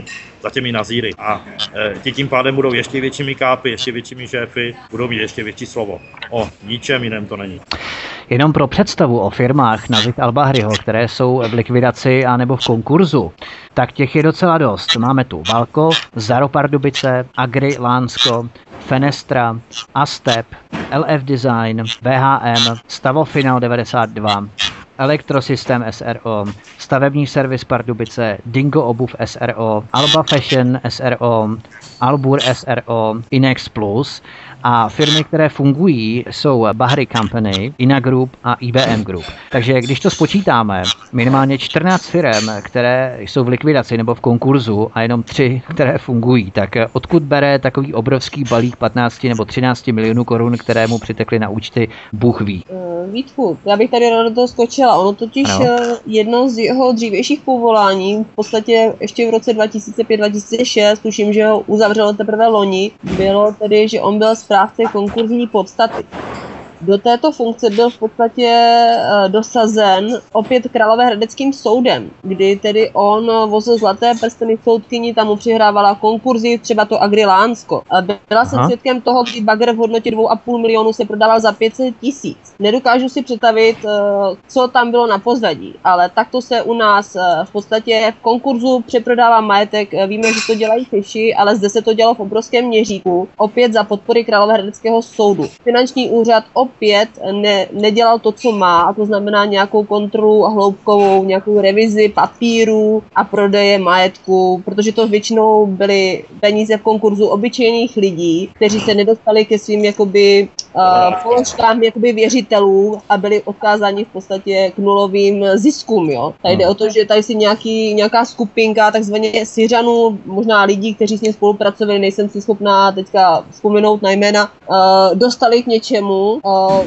Za těmi nazíry. A ti tím pádem budou ještě většími kápy, ještě většími šéfy, budou mít ještě větší slovo. O ničem jiném to není. Jenom pro představu o firmách Nazih Al-Bahriho, které jsou v likvidaci a nebo v konkurzu, tak těch je docela dost. Máme tu Valko, Zaro Pardubice, Agri Lánsko, Fenestra, Astep, LF Design, VHM, Stavofinal 92, Elektrosystém SRO, Stavební servis Pardubice, Dingo obuv SRO, Alba Fashion SRO, Albur SRO, Inex Plus a firmy, které fungují, jsou Bahri Company, Ina Group a IBM Group. Takže když to spočítáme, minimálně 14 firm, které jsou v likvidaci nebo v konkurzu a jenom 3, které fungují, tak odkud bere takový obrovský balík 15 nebo 13 milionů korun, které mu přitekly na účty, Bůh ví. Vítku, já bych tady ráda do toho skočila. Ono totiž jedno z jeho dřívějších povolání, v podstatě ještě v roce 2005-2006, tuším, že ho uzavřelo teprve loni, bylo tedy, že on byl správce konkurzní podstaty. Do této funkce byl v podstatě dosazen opět Královéhradeckým soudem, kdy tedy on vozil zlaté prsteny soudkyni, tam mu přihrávala konkurzy, třeba to Agrilánsko. Byla jsem svědkem toho, kdy bagr v hodnotě 2,5 milionu se prodával za 500 000. Nedokážu si představit, co tam bylo na pozadí, ale takto se u nás v podstatě v konkurzu přeprodává majetek. Víme, že to dělají Češi, ale zde se to dělalo v obrovském měřítku, opět za podpory Královéhradeckého soudu. Finanční úřad opět nedělal to, co má, a to znamená nějakou kontrolu hloubkovou, nějakou revizi papíru a prodeje majetku, protože to většinou byly peníze v konkurzu obyčejných lidí, kteří se nedostali ke svým jakoby položkám jakoby věřitelů a byli odkázáni v podstatě k nulovým ziskům. Jo? Tady jde o to, že tady si nějaká skupinka takzvaně Syřanů, možná lidí, kteří s ním spolupracovali, nejsem si schopná teďka vzpomenout na jména, dostali k něčemu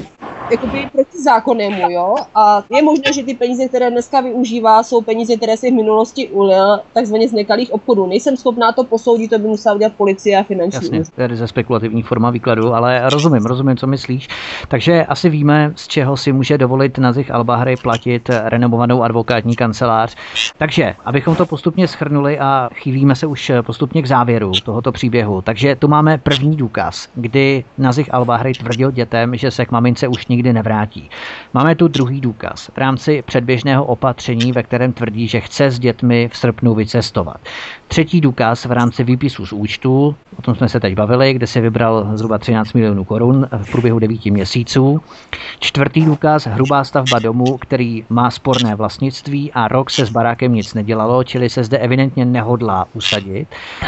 jakoby protizákonnému, jo? A je možné, že ty peníze, které dneska využívá, jsou peníze, které si v minulosti ulil takzvaně z nekalých obchodů. Nejsem schopná to posoudit, to by musela udělat policie a finanční úřad. Jasně, to je ze spekulativní forma výkladu, ale rozumím, co myslíš. Takže asi víme, z čeho si může dovolit Nazih Al-Bahri platit renomovanou advokátní kancelář. Takže, abychom to postupně shrnuli a chýlíme se už postupně k závěru tohoto příběhu. Takže tu máme první důkaz, kdy Nazih Al-Bahri tvrdil dětem, že se k mamince už nikdy nevrátí. Máme tu druhý důkaz v rámci předběžného opatření, ve kterém tvrdí, že chce s dětmi v srpnu vycestovat. Třetí důkaz v rámci výpisu z účtu, o tom jsme se teď bavili, kde si vybral zhruba 13 milionů korun v průběhu 9 měsíců. Čtvrtý důkaz, hrubá stavba domu, který má sporné vlastnictví a rok se s barákem nic nedělalo, čili se zde evidentně nehodlá usadit.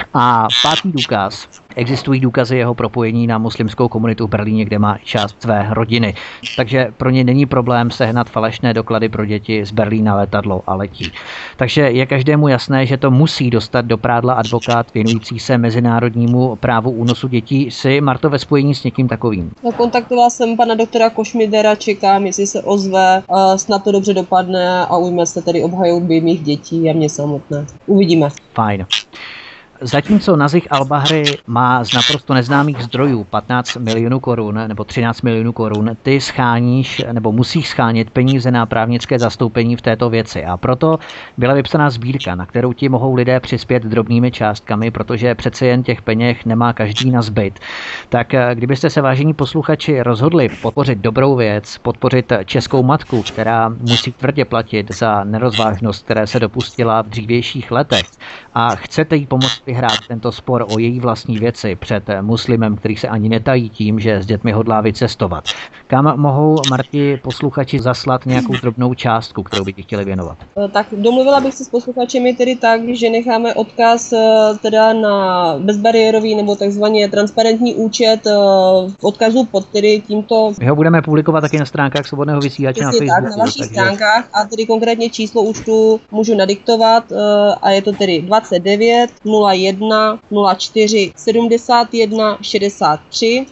A pátý důkaz, existují důkazy jeho propojení na muslimskou komunitu v Berlíně, kde má část své rodiny. Takže pro ně není problém sehnat falešné doklady pro děti z Berlína letadlo a letí. Takže je každému jasné, že to musí dostat do prádla advokát věnující se mezinárodnímu právu únosu dětí. Jsi, Marto, ve spojení s někým takovým? Kontaktoval jsem pana doktora Košmidera, čekám, jestli se ozve, snad to dobře dopadne a ujme se tedy obhajoby mých dětí a mě samotné. Uvidíme. Fajn. Zatímco Nazih Al-Bahri má z naprosto neznámých zdrojů 15 milionů korun nebo 13 milionů korun, ty scháníš nebo musíš schánět peníze na právnické zastoupení v této věci. A proto byla vypsaná sbírka, na kterou ti mohou lidé přispět drobnými částkami, protože přece jen těch peněz nemá každý na zbyt. Tak kdybyste se, vážení posluchači, rozhodli podpořit dobrou věc, podpořit českou matku, která musí tvrdě platit za nerozvážnost, které se dopustila v dřívějších letech, a chcete jí pomoct vyhrát tento spor o její vlastní věci před muslimem, který se ani netají tím, že s dětmi hodlá vycestovat. Kam mohou, Marti, posluchači zaslat nějakou drobnou částku, kterou by ti chtěli věnovat? Tak domluvila bych se s posluchačemi tedy tak, že necháme odkaz teda na bezbariérový nebo takzvaně transparentní účet odkazu pod tedy tímto. My ho budeme publikovat taky na stránkách Svobodného vysílače na Facebooku. Tak, na vašich stránkách a tedy konkrétně číslo účtu můžu nadiktovat a je to tedy 29 01 04 71 63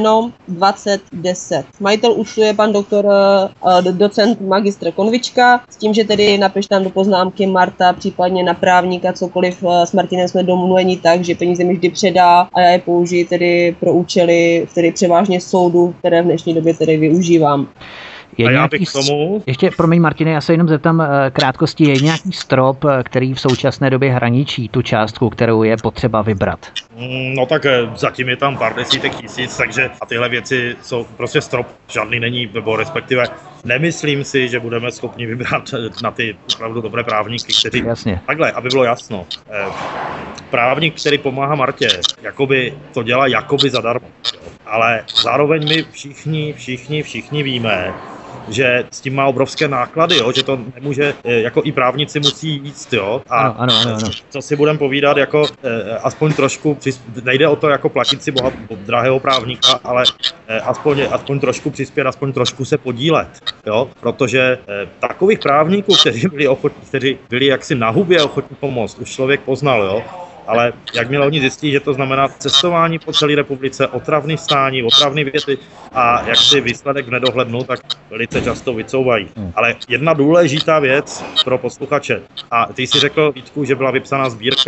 /2010. Majitel účtu je pan doktor docent magistr Konvička, s tím, že tedy napiš tam do poznámky Marta, případně na právníka, cokoliv. S Martinem jsme domluveni tak, že peníze mi vždy předá a já je použiji tedy pro účely, tedy převážně soudu, které v dnešní době tedy využívám. Je nějaký, ještě, promiň Martine, já se jenom zeptám krátkosti, je nějaký strop, který v současné době hraničí tu částku, kterou je potřeba vybrat? No tak zatím je tam pár desítek tisíc, takže a tyhle věci jsou prostě strop, žádný není, nebo respektive nemyslím si, že budeme schopni vybrat na ty opravdu dobré právníky, kteří... Jasně. Takhle, aby bylo jasno, právník, který pomáhá Martě, jakoby to dělá jakoby zadarmo, ale zároveň my všichni víme, že s tím má obrovské náklady, jo? Že to nemůže, jako i právníci musí jíst, jo? A ano. Co si budeme povídat, jako aspoň trošku, nejde o to jako platit si drahého právníka, ale aspoň trošku přispět, aspoň trošku se podílet, jo? Protože takových právníků, kteří byli jaksi na hubě ochotní pomoct, už člověk poznal, jo? Ale jakmile oni zjistí, že to znamená cestování po celé republice, otravný stání, otravný věty a jak si výsledek v nedohlednu, tak velice často vycouvají. Ale jedna důležitá věc pro posluchače. A ty jsi řekl, Vítku, že byla vypsaná sbírka.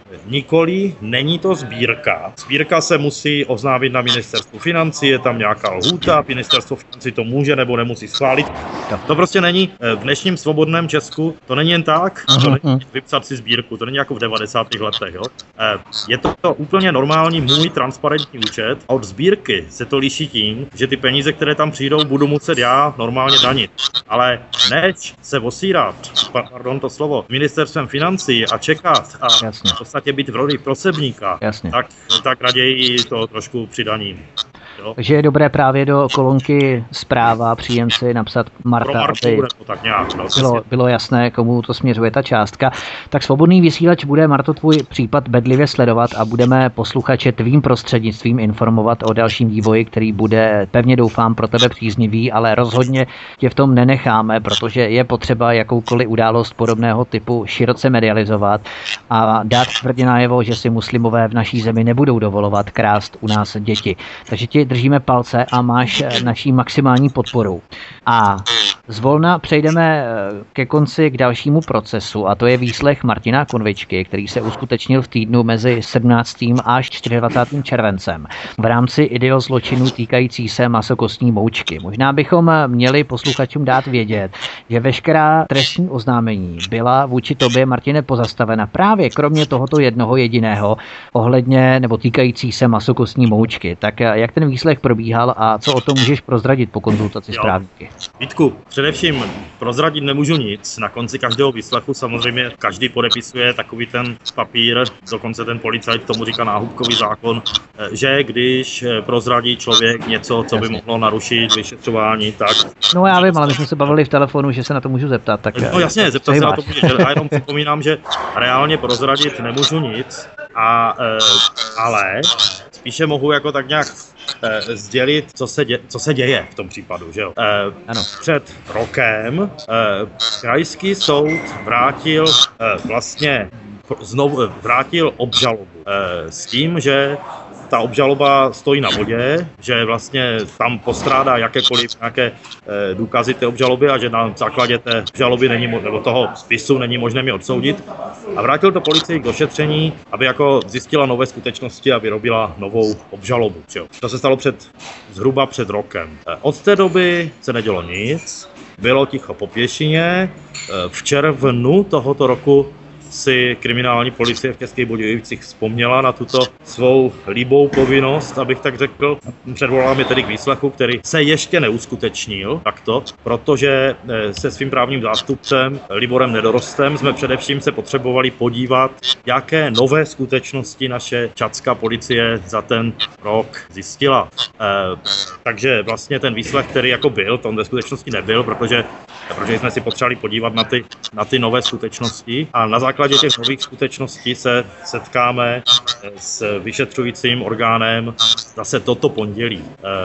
Nikoli, není to sbírka. Sbírka se musí oznámit na ministerstvu financí, je tam nějaká lhůta, ministerstvo financí to může nebo nemusí schválit. To prostě není v dnešním svobodném Česku, to není jen tak, to není vypsat si sbírku, to není jako v 90. letech. Jo? Je to úplně normální můj transparentní účet a od sbírky se to liší tím, že ty peníze, které tam přijdou, budu muset já normálně danit. Ale než se osírat, pardon to slovo, ministerstvem financí a čekat a v podstatě být v roli prosebníka, tak raději to trošku přidaním. Jo? Takže je dobré právě do kolonky zpráva příjemci napsat Marta, aby tak nějak, bylo jasné, komu to směřuje ta částka. Tak Svobodný vysílač bude, Marto, tvůj případ bedlivě sledovat a budeme posluchače tvým prostřednictvím informovat o dalším vývoji, který bude, pevně doufám, pro tebe příznivý, ale rozhodně tě v tom nenecháme, protože je potřeba jakoukoliv událost podobného typu široce medializovat a dát tvrdě najevo, že si muslimové v naší zemi nebudou dovolovat krást u nás děti. Takže ti držíme palce a máš naší maximální podporu. A zvolna přejdeme ke konci k dalšímu procesu a to je výslech Martina Konvičky, který se uskutečnil v týdnu mezi 17. až 24. červencem v rámci ideozločinu týkající se masokostní moučky. Možná bychom měli posluchačům dát vědět, že veškerá trestní oznámení byla vůči tobě, Martine, pozastavena právě kromě tohoto jednoho jediného ohledně nebo týkající se masokostní moučky. Tak jak ten výslech probíhal a co o tom můžeš prozradit po konzultaci s právníky? Vítku, především prozradit nemůžu nic. Na konci každého výslechu samozřejmě každý podepisuje takový ten papír, dokonce ten policajt tomu říká náhubkový zákon, že když prozradí člověk něco, co by mohlo narušit vyšetřování, tak... No já vím, ale my jsme se bavili v telefonu, že se na to můžu zeptat. Tak no jasně, zeptat se na to může. A jenom připomínám, že reálně prozradit nemůžu nic, ale spíše mohu jako tak nějak sdělit, co se děje v tom případu, že jo. Před rokem krajský soud vrátil obžalobu s tím, že ta obžaloba stojí na vodě, že vlastně tam postrádá jakékoliv nějaké důkazy té obžaloby a že na základě té obžaloby nebo toho spisu není možné mě odsoudit. A vrátil to policii k došetření, aby jako zjistila nové skutečnosti a vyrobila novou obžalobu. To se stalo zhruba před rokem. Od té doby se nedělo nic, bylo ticho po pěšině. V červnu tohoto roku si kriminální policie v Českých Budějovicích vzpomněla na tuto svou líbou povinnost, abych tak řekl. Předvolám je tedy k výslechu, který se ještě neuskutečnil takto, protože se svým právním zástupcem Liborem Nedorostem jsme především se potřebovali podívat, jaké nové skutečnosti naše čadská policie za ten rok zjistila. Takže vlastně ten výslech, který jako byl, to ve skutečnosti nebyl, protože jsme si potřebovali podívat na ty nové skutečnosti a na základě těch nových skutečností se setkáme s vyšetřujícím orgánem zase toto pondělí.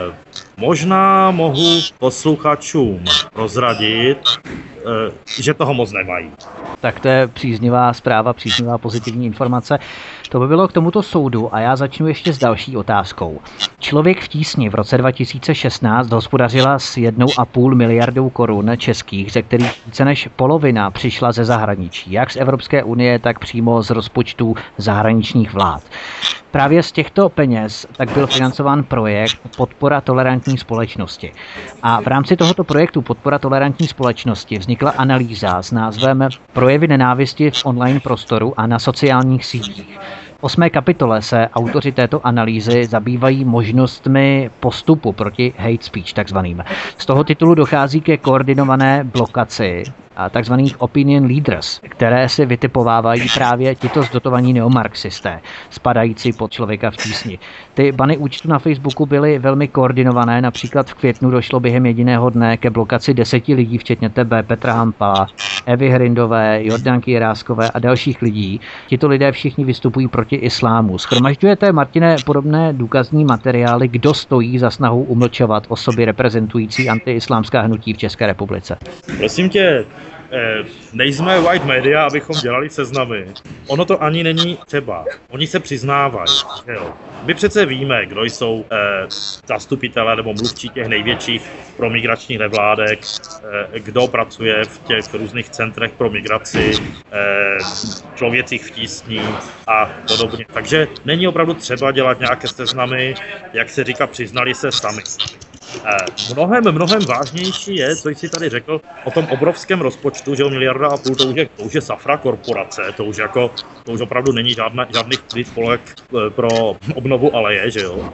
Možná mohu posluchačům prozradit, že toho moc nemají. Tak to je příznivá zpráva, příznivá pozitivní informace. To by bylo k tomuto soudu a já začnu ještě s další otázkou. Člověk v tísni v roce 2016 hospodařila s 1,5 miliardou korun českých, ze kterých více než polovina přišla ze zahraničí, jak z Evropské unie, tak přímo z rozpočtů zahraničních vlád. Právě z těchto peněz tak byl financován projekt Podpora tolerantní společnosti. A v rámci tohoto projektu Podpora tolerantní společnosti vznikla analýza s názvem Projevy nenávisti v online prostoru a na sociálních sítích. V 8. kapitole se autoři této analýzy zabývají možnostmi postupu proti hate speech takzvaným. Z toho titulu dochází ke koordinované blokaci a takzvaných opinion leaders, které si vytipovávají právě tito zdotovaní neomarxisté, spadající pod Člověka v tísni. Ty bany účtu na Facebooku byly velmi koordinované, například v květnu došlo během jediného dne ke blokaci 10 lidí, včetně tebe, Petra Hampala, Evy Hrindové, Jordanky Jiráskové a dalších lidí. Tito lidé všichni vystupují proti islámu. Shromažďujete, Martine, podobné důkazní materiály, kdo stojí za snahou umlčovat osoby reprezentující antiislámská hnutí v České republice? Prosím tě, nejsme white media, abychom dělali seznamy. Ono to ani není třeba. Oni se přiznávají, že jo. My přece víme, kdo jsou zastupitelé nebo mluvčí těch největších promigračních nevládek, kdo pracuje v těch různých centrech pro migraci, člověcích v tísni a podobně. Takže není opravdu třeba dělat nějaké seznamy, jak se říká, přiznali se sami. Mnohem vážnější je, co jsi tady řekl o tom obrovském rozpočtu, že o 1,5 miliardy, to už je safra korporace, to už opravdu není žádný spolek pro obnovu aleje, že jo.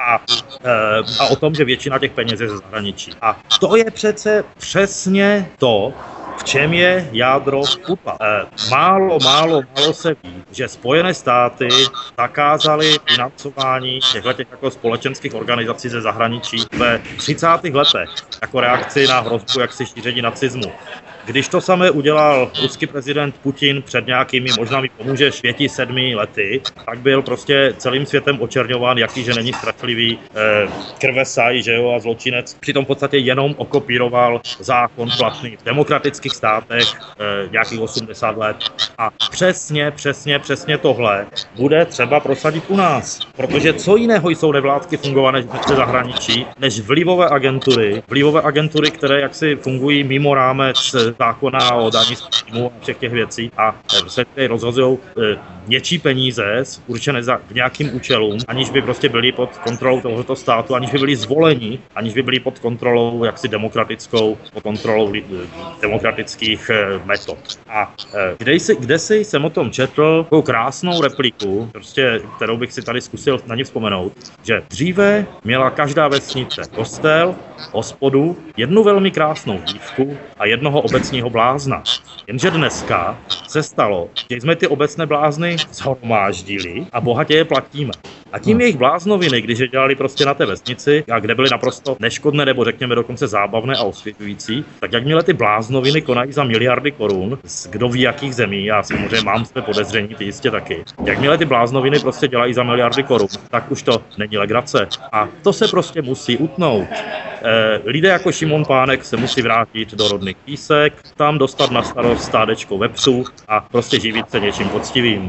A o tom, že většina těch peněz je ze zahraničí. A to je přece přesně to, v čem je jádro pudla. Málo se ví, že Spojené státy zakázaly financování těchto jako společenských organizací ze zahraničí ve 30. letech jako reakci na hrozbu jaksi šíření nacismu. Když to samé udělal ruský prezident Putin před nějakými, možná mi pomůžeš, 5-7 lety, tak byl prostě celým světem očerňován, jaký, že není strašlivý krvesaj, že jo, a zločinec. Přitom v podstatě jenom okopíroval zákon platný v demokratických státech nějakých 80 let. A přesně tohle bude třeba prosadit u nás. Protože co jiného jsou nevládky fungované v zahraničí, než vlivové agentury, které jaksi fungují mimo rámec zákona o daní z příjmu a všech těch věcí a prostě tady rozhozují něčí peníze určené k nějakým účelům, aniž by prostě byli pod kontrolou tohoto státu, aniž by byli zvoleni, aniž by byli pod kontrolou jaksi demokratickou, pod kontrolou demokratických metod. A kde jsem o tom četl takovou krásnou repliku, prostě, kterou bych si tady zkusil na ní vzpomenout, že dříve měla každá vesnice kostel, hospodu, jednu velmi krásnou dívku a jednoho obecního blázna. Jenže dneska se stalo, že jsme ty obecné blázny shromáždili a bohatě je platíme. A tím jejich bláznoviny, když je dělali prostě na té vesnici, a kde byly naprosto neškodné nebo řekněme dokonce zábavné a osvětlující, tak jakmile ty bláznoviny konají za miliardy korun, z kdo ví jakých zemí, já samozřejmě mám své podezření, ty jistě taky. Jakmile ty bláznoviny prostě dělají za miliardy korun, tak už to není legrace. A to se prostě musí utnout. Lidé jako Šimon Pánek se musí vrátit do rodných Písek, tam dostat na starost stádečko vepřů a prostě živit se něčím poctivým.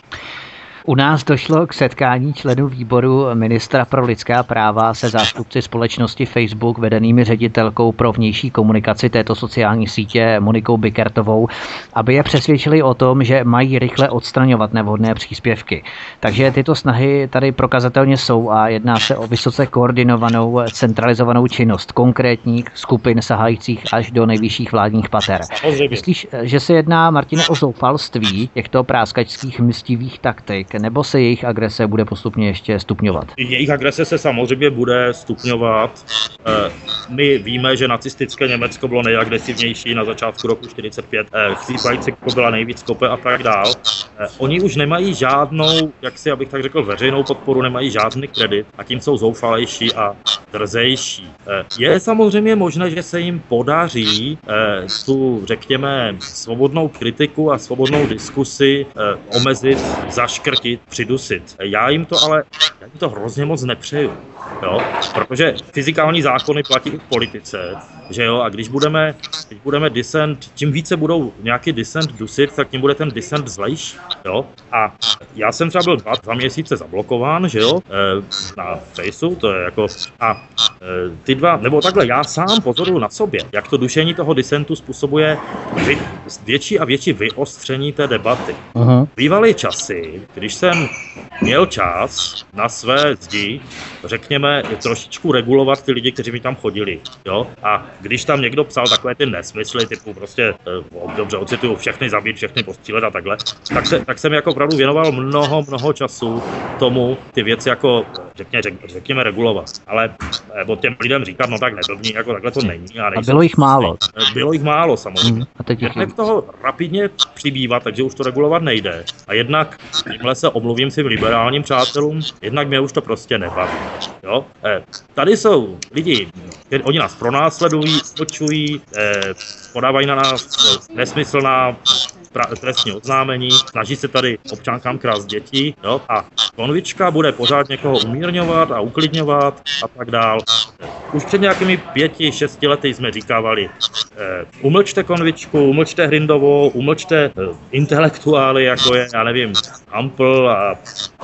U nás došlo k setkání členů výboru ministra pro lidská práva se zástupci společnosti Facebook vedenými ředitelkou pro vnější komunikaci této sociální sítě Monikou Bikertovou, aby je přesvědčili o tom, že mají rychle odstraňovat nevhodné příspěvky. Takže tyto snahy tady prokazatelně jsou a jedná se o vysoce koordinovanou, centralizovanou činnost konkrétních skupin sahajících až do nejvyšších vládních pater. Myslíš, že se jedná, Martine, o zoufalství těchto práskačských mstivých taktik, nebo se jejich agrese bude postupně ještě stupňovat? Jejich agrese se samozřejmě bude stupňovat. My víme, že nacistické Německo bylo nejagresivnější na začátku roku 1945. Chcípající byla nejvíc kope a tak dál. Oni už nemají žádnou, jak si abych tak řekl, veřejnou podporu, nemají žádný kredit a tím jsou zoufalejší a drzejší. Je samozřejmě možné, že se jim podaří tu, řekněme, svobodnou kritiku a svobodnou diskusi omezit, zaškrtit, přidusit. Já jim to hrozně moc nepřeju, jo? Protože fyzikální zákony platí i v politice, že jo, a když budeme dissent, čím více budou nějaký dissent dusit, tak tím bude ten dissent zlejší, jo. A já jsem třeba byl 2 měsíce zablokován, že jo, na Faceu, to je jako, a ty dva, nebo takhle, já sám pozoruju na sobě, jak to dušení toho dissentu způsobuje větší a větší vyostření té debaty. Bývaly časy, když jsem měl čas na své zdi, řekněme, trošičku regulovat ty lidi, kteří mi tam chodili, jo, a když tam někdo psal takové ty nesmysly, typu prostě, dobře ocituju, všechny zabít, všechny postřílet a takhle, tak jsem jako opravdu věnoval mnoho času tomu ty věci jako, řekněme regulovat. Ale od těm lidem říkat, no tak neblbní, jako takhle to není. A bylo jich málo. Bylo jich málo samozřejmě. Jednak toho rapidně přibývá, takže už to regulovat nejde. A jednak tímhle se omluvím svým liberálním přátelům, jednak mě už to prostě nebaví. Jo? Tady jsou lidi, oni nás pronásledují, počují, podávají na nás nesmyslná trestní oznámení, snaží se tady občankám krást děti, jo, a konvička bude pořád někoho umírňovat a uklidňovat a tak dál. Už před nějakými 5-6 lety jsme říkávali, umlčte konvičku, umlčte Hrindovou, umlčte intelektuály, jako je, já nevím, Ampl a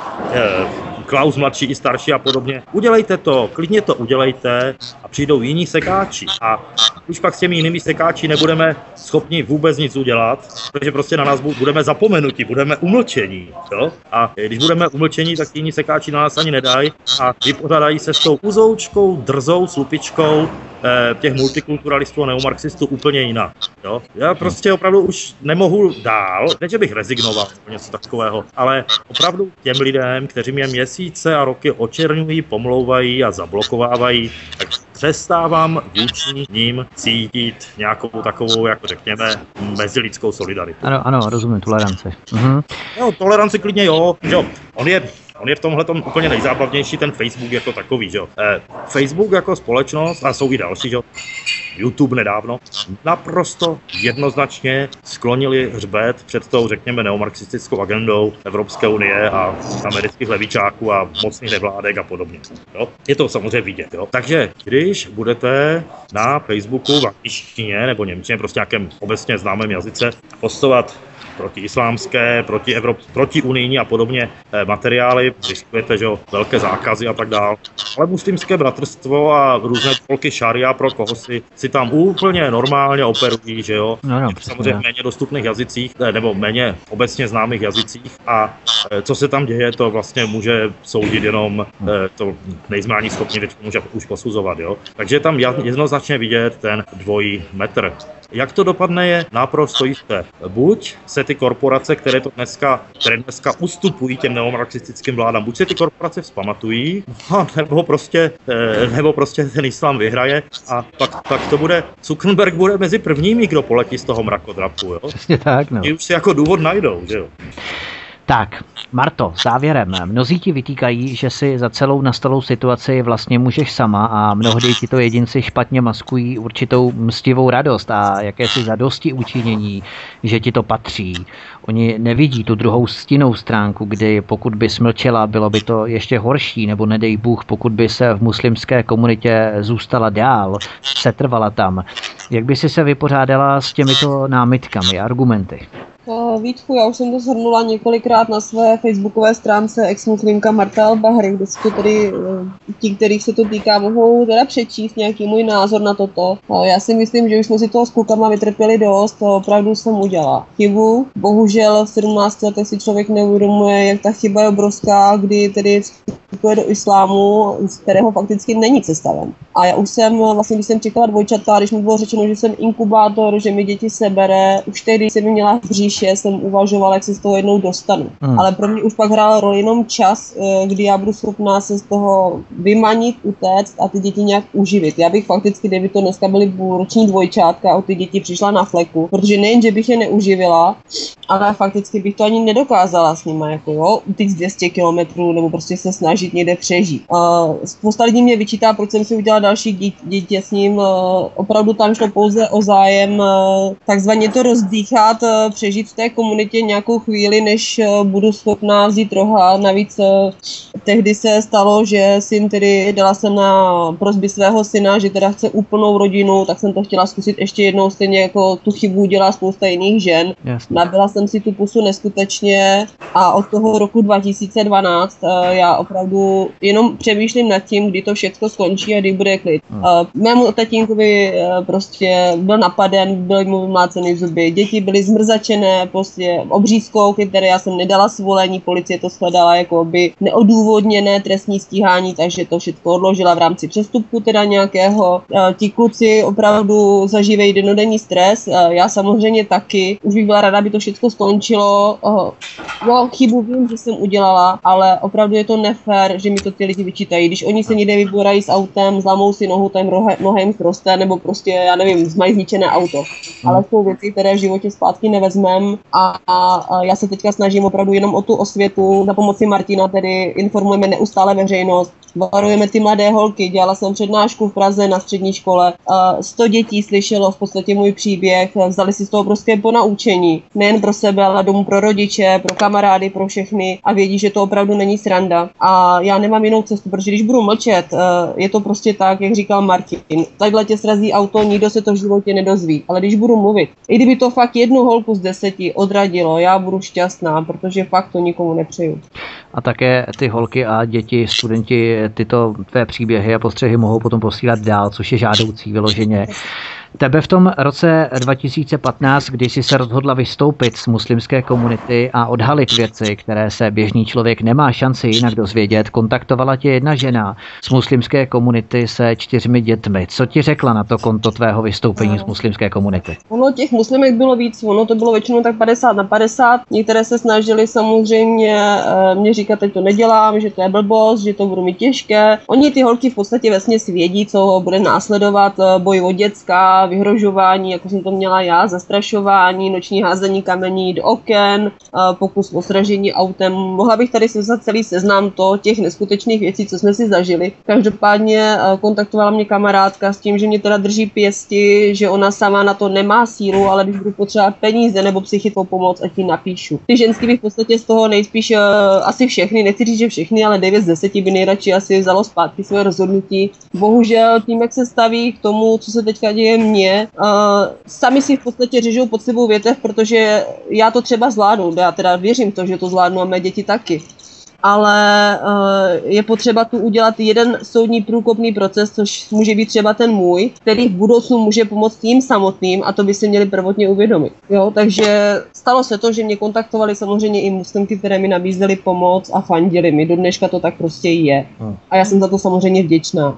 Klaus mladší i starší a podobně. Udělejte to, klidně to udělejte a přijdou jiní sekáči. A už pak s těmi jinými sekáči nebudeme schopni vůbec nic udělat, protože prostě na nás budeme zapomenuti, budeme umlčení. Jo? A když budeme umlčení, tak jiní sekáči na nás ani nedají a vypořádají se s tou uzoučkou, drzou, slupičkou těch multikulturalistů a neomarxistů úplně jinak. Jo? Já prostě opravdu už nemohu dál, ne, že bych rezignoval něco takového, ale opravdu těm lidem, kteří mě měsíce a roky očerňují, pomlouvají a zablokovávají, tak přestávám vůči ním cítit nějakou takovou, jako řekněme, mezilidskou solidaritu. Ano, rozumím, toleranci. No, toleranci klidně jo. On je v tomhletom úplně nejzábavnější ten Facebook jako takový, že jo. Facebook jako společnost, a jsou i další, že jo. YouTube nedávno, naprosto jednoznačně sklonili hřbet před tou, řekněme, neomarxistickou agendou Evropské unie a amerických levičáků a mocných nevládek a podobně. Jo? Je to samozřejmě vidět. Jo? Takže když budete na Facebooku v angličtině nebo němčině, prostě nějakém obecně známém jazyce, postovat protiislámské, protiunijní a podobně materiály, riskujete, že jo, velké zákazy a tak dál. Ale muslimské bratrstvo a různé spolky šaria, pro koho si tam úplně normálně operují, že jo. No, samozřejmě v méně dostupných jazycích, nebo méně obecně známých jazycích a co se tam děje, to vlastně může soudit jenom to nejsme ani schopni teď může už posuzovat, jo. Takže je tam jednoznačně vidět ten dvojí metr. Jak to dopadne, je naprosto jisté. Buď se ty korporace, které dneska ustupují těm neomarxistickým vládám, buď se ty korporace vzpamatují, nebo prostě ten islám vyhraje a pak to bude, Zuckerberg bude mezi prvními, kdo poletí z toho mrakodrapu, jo? Přesně tak, no. Ti už si jako důvod najdou, že jo? Tak, Marto, závěrem. Mnozí ti vytýkají, že si za celou nastalou situaci vlastně můžeš sama a mnohdy ti to jedinci špatně maskují určitou mstivou radost a jakési zadosti učinění, že ti to patří. Oni nevidí tu druhou stinnou stránku, kdy pokud by smlčela, bylo by to ještě horší, nebo nedej Bůh, pokud by se v muslimské komunitě zůstala dál, setrvala tam. Jak by si se vypořádala s těmito námitkami, argumenty? Vítku, já už jsem to shrnula několikrát na své facebookové stránce ex-muslimka Marta Al-Bahri, kde si to tedy ti, kterých se to týká, mohou teda přečíst nějaký můj názor na toto. Já si myslím, že už jsme si toho s klukama vytrpěli dost, opravdu jsem udělala chybu. Bohužel v 17 letech si člověk neuvědomuje, jak ta chyba je obrovská, kdy tedy vstupuje do islámu, z kterého fakticky není cesta ven. A já už jsem vlastně, když jsem čekala dvojčata, když mi bylo řečeno, že jsem inkubátor, že mi děti sebere, už tehdy jsem měla v bříši, jsem uvažovala, jak se z toho jednou dostanu. Ale pro mě už pak hrál roli jenom čas, kdy já budu schopná se z toho vymanit, utéct a ty děti nějak uživit. Já bych fakticky, kdyby to dneska byly půlroční dvojčátka a o ty děti přišla na fleku, protože nejen, že bych je neuživila, ale fakticky bych to ani nedokázala s nima, jako jo, utíct 200 kilometrů nebo prostě se snažit někde přežít. Spousta lidí mě vyčítá, proč jsem si udělala další dítě s ním. Opravdu tam šlo pouze o zájem takzvaně to rozdýchat, přežít v té komunitě nějakou chvíli, než budu schopná vzít roha. Navíc tehdy se stalo, že syn tedy dala jsem na prosby svého syna, že teda chce úplnou rodinu, tak jsem to chtěla zkusit ještě jednou, stejně jako tu chybu dělá spousta jiných žen. Nabila jsem si tu pusu neskutečně a od toho roku 2012 já opravdu jenom přemýšlím nad tím, kdy to všechno skončí a kdy bude klid. Mému tatínkovi prostě byl napaden, byly mu vymlácený zuby, děti byly zmrzačené prostě obřízkou, které já jsem nedala svolení, policie to shledala jako by neodůvodněné trestní stíhání, takže to všechno odložila v rámci přestupku teda nějakého. Ti kluci opravdu zažívají dennodenní stres, já samozřejmě taky. Už bych byla ráda, aby to všechno skončilo. Jo, chybu vím, že jsem udělala, ale opravdu je to nefér, že mi to ty lidi vyčítají. Když oni se někde vyborají s autem, zlamou si nohu, tam noha jim roste, nebo prostě, já nevím, mají zničené auto. Ale jsou věci, které v životě zpátky nevezmem a já se teďka snažím opravdu jenom o tu osvětu. Za pomoci Martina tedy informujeme neustále veřejnost. Varujeme ty mladé holky. Dělala jsem přednášku v Praze na střední škole. 100 dětí slyšelo v podstatě můj příběh, vzali si z toho obrovské ponaučení. Nejen pro sebe, ale domů pro rodiče, pro kamarády, pro všechny a vědí, že to opravdu není sranda. A já nemám jinou cestu, protože když budu mlčet, je to prostě tak, jak říkal Martin. Takhle tě srazí auto, nikdo se to v životě nedozví. Ale když budu mluvit, i kdyby to fakt 1 holku z 10 odradilo, já budu šťastná, protože fakt to nikomu nepřeju. A také ty holky a děti, studenti tyto tvé příběhy a postřehy mohou potom posílat dál, což je žádoucí vyloženě. Tebe v tom roce 2015, kdy jsi se rozhodla vystoupit z muslimské komunity a odhalit věci, které se běžný člověk nemá šanci jinak dozvědět, kontaktovala tě jedna žena z muslimské komunity se 4 dětmi. Co ti řekla na to konto tvého vystoupení z muslimské komunity? Ono těch muslimek bylo víc, ono to bylo většinou tak 50/50. Některé se snažili samozřejmě mě říkat, že to nedělám, že to je blbost, že to budu mít těžké. Oni ty holky v podstatě vesměs vědí, co bude následovat, boj o děcka, vyhrožování, jako jsem to měla já, zastrašování, noční házení kamení do oken, pokus o sražení autem. Mohla bych tady sepsat celý seznam těch neskutečných věcí, co jsme si zažili. Každopádně kontaktovala mě kamarádka s tím, že mě teda drží pěsti, že ona sama na to nemá sílu, ale když budu potřebovat peníze nebo psychickou pomoc, ať ji napíšu. Ty ženský bych v podstatě z toho nejspíš asi všechny, nechci říct, že všechny, ale 9 z 10 by nejradši asi vzalo zpátky své rozhodnutí. Bohužel tím, jak se staví k tomu, co se teďka děje mně, sami si v podstatě řežou pod sebou větev, protože já to třeba zvládnu, já teda věřím to, že to zvládnu a mé děti taky. Ale je potřeba tu udělat jeden soudní průkopný proces, což může být třeba ten můj, který v budoucnu může pomoct jim samotným a to by si měli prvotně uvědomit. Jo? Takže stalo se to, že mě kontaktovali samozřejmě i muslimky, které mi nabízely pomoc a fandili mi. Do dneška to tak prostě je. A já jsem za to samozřejmě vděčná.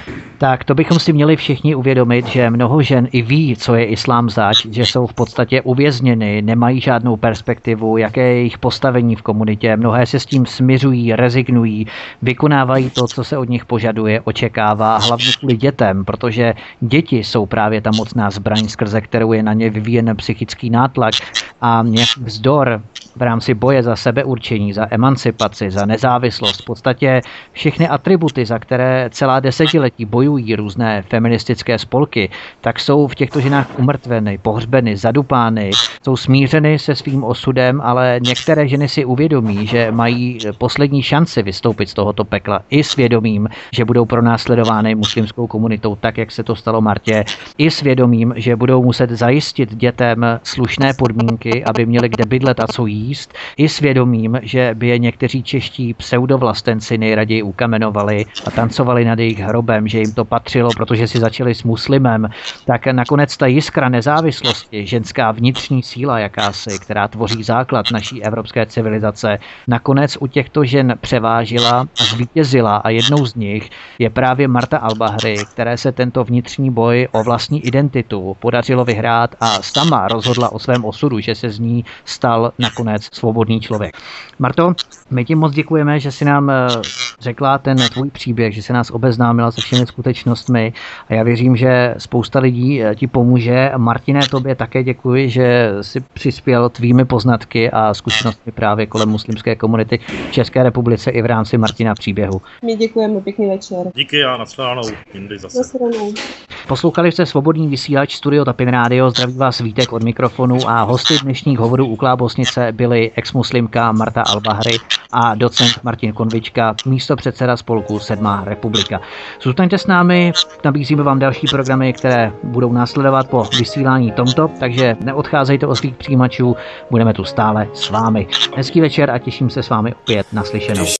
Tak to bychom si měli všichni uvědomit, že mnoho žen i ví, co je islám zač, že jsou v podstatě uvězněny, nemají žádnou perspektivu, jaké je jejich postavení v komunitě, mnohé se s tím smiřují, rezignují, vykonávají to, co se od nich požaduje, očekává, hlavně kvůli dětem, protože děti jsou právě ta mocná zbraň, skrze kterou je na ně vyvíjen psychický nátlak a nějaký vzdor v rámci boje za sebeurčení, za emancipaci, za nezávislost, v podstatě všechny atributy, za které celá desetiletí bojují různé feministické spolky, tak jsou v těchto ženách umrtveny, pohřbeny, zadupány, jsou smířeny se svým osudem, ale některé ženy si uvědomí, že mají poslední šanci vystoupit z tohoto pekla i svědomím, že budou pronásledovány muslimskou komunitou, tak jak se to stalo Martě, i svědomím, že budou muset zajistit dětem slušné podmínky, aby měli kde bydlet a co jíst, i svědomím, že by je někteří čeští pseudovlastenci nejraději ukamenovali a tancovali nad jejich hrobem, že jim to patřilo, protože si začali s muslimem, tak nakonec ta jiskra nezávislosti, ženská vnitřní síla jakási, která tvoří základ naší evropské civilizace, nakonec u těchto žen převážila a zvítězila a jednou z nich je právě Marta Albahri, které se tento vnitřní boj o vlastní identitu podařilo vyhrát a sama rozhodla o svém osudu, že se z ní stal nakonec svobodný člověk. Marto, my ti moc děkujeme, že jsi nám řekla ten tvůj příběh, že se nás obeznámila se všemi skutečnostmi a já věřím, že spousta lidí ti pomůže. Martine, tobě také děkuji, že jsi přispěl tvými poznatky a zkušenostmi právě kolem muslimské komunity v České republice i v rámci Martina příběhu. My děkujeme, pěkný večer. Díky a nashledanou jindy zase. Poslouchali jste Svobodný vysílač Studio Tapin Radio, zdraví vás Vítek od mikrofonu a hosty dnešních hovorů u Klábosnice byli exmuslimka Marta Albahri a docent Martin Konvička, místopředseda spolku 7. republika. Zůstaňte s námi, nabízíme vám další programy, které budou následovat po vysílání tomto, takže neodcházejte od svých přijímačů, budeme tu stále s vámi. Hezký večer a těším se s vámi opět naslyšenou.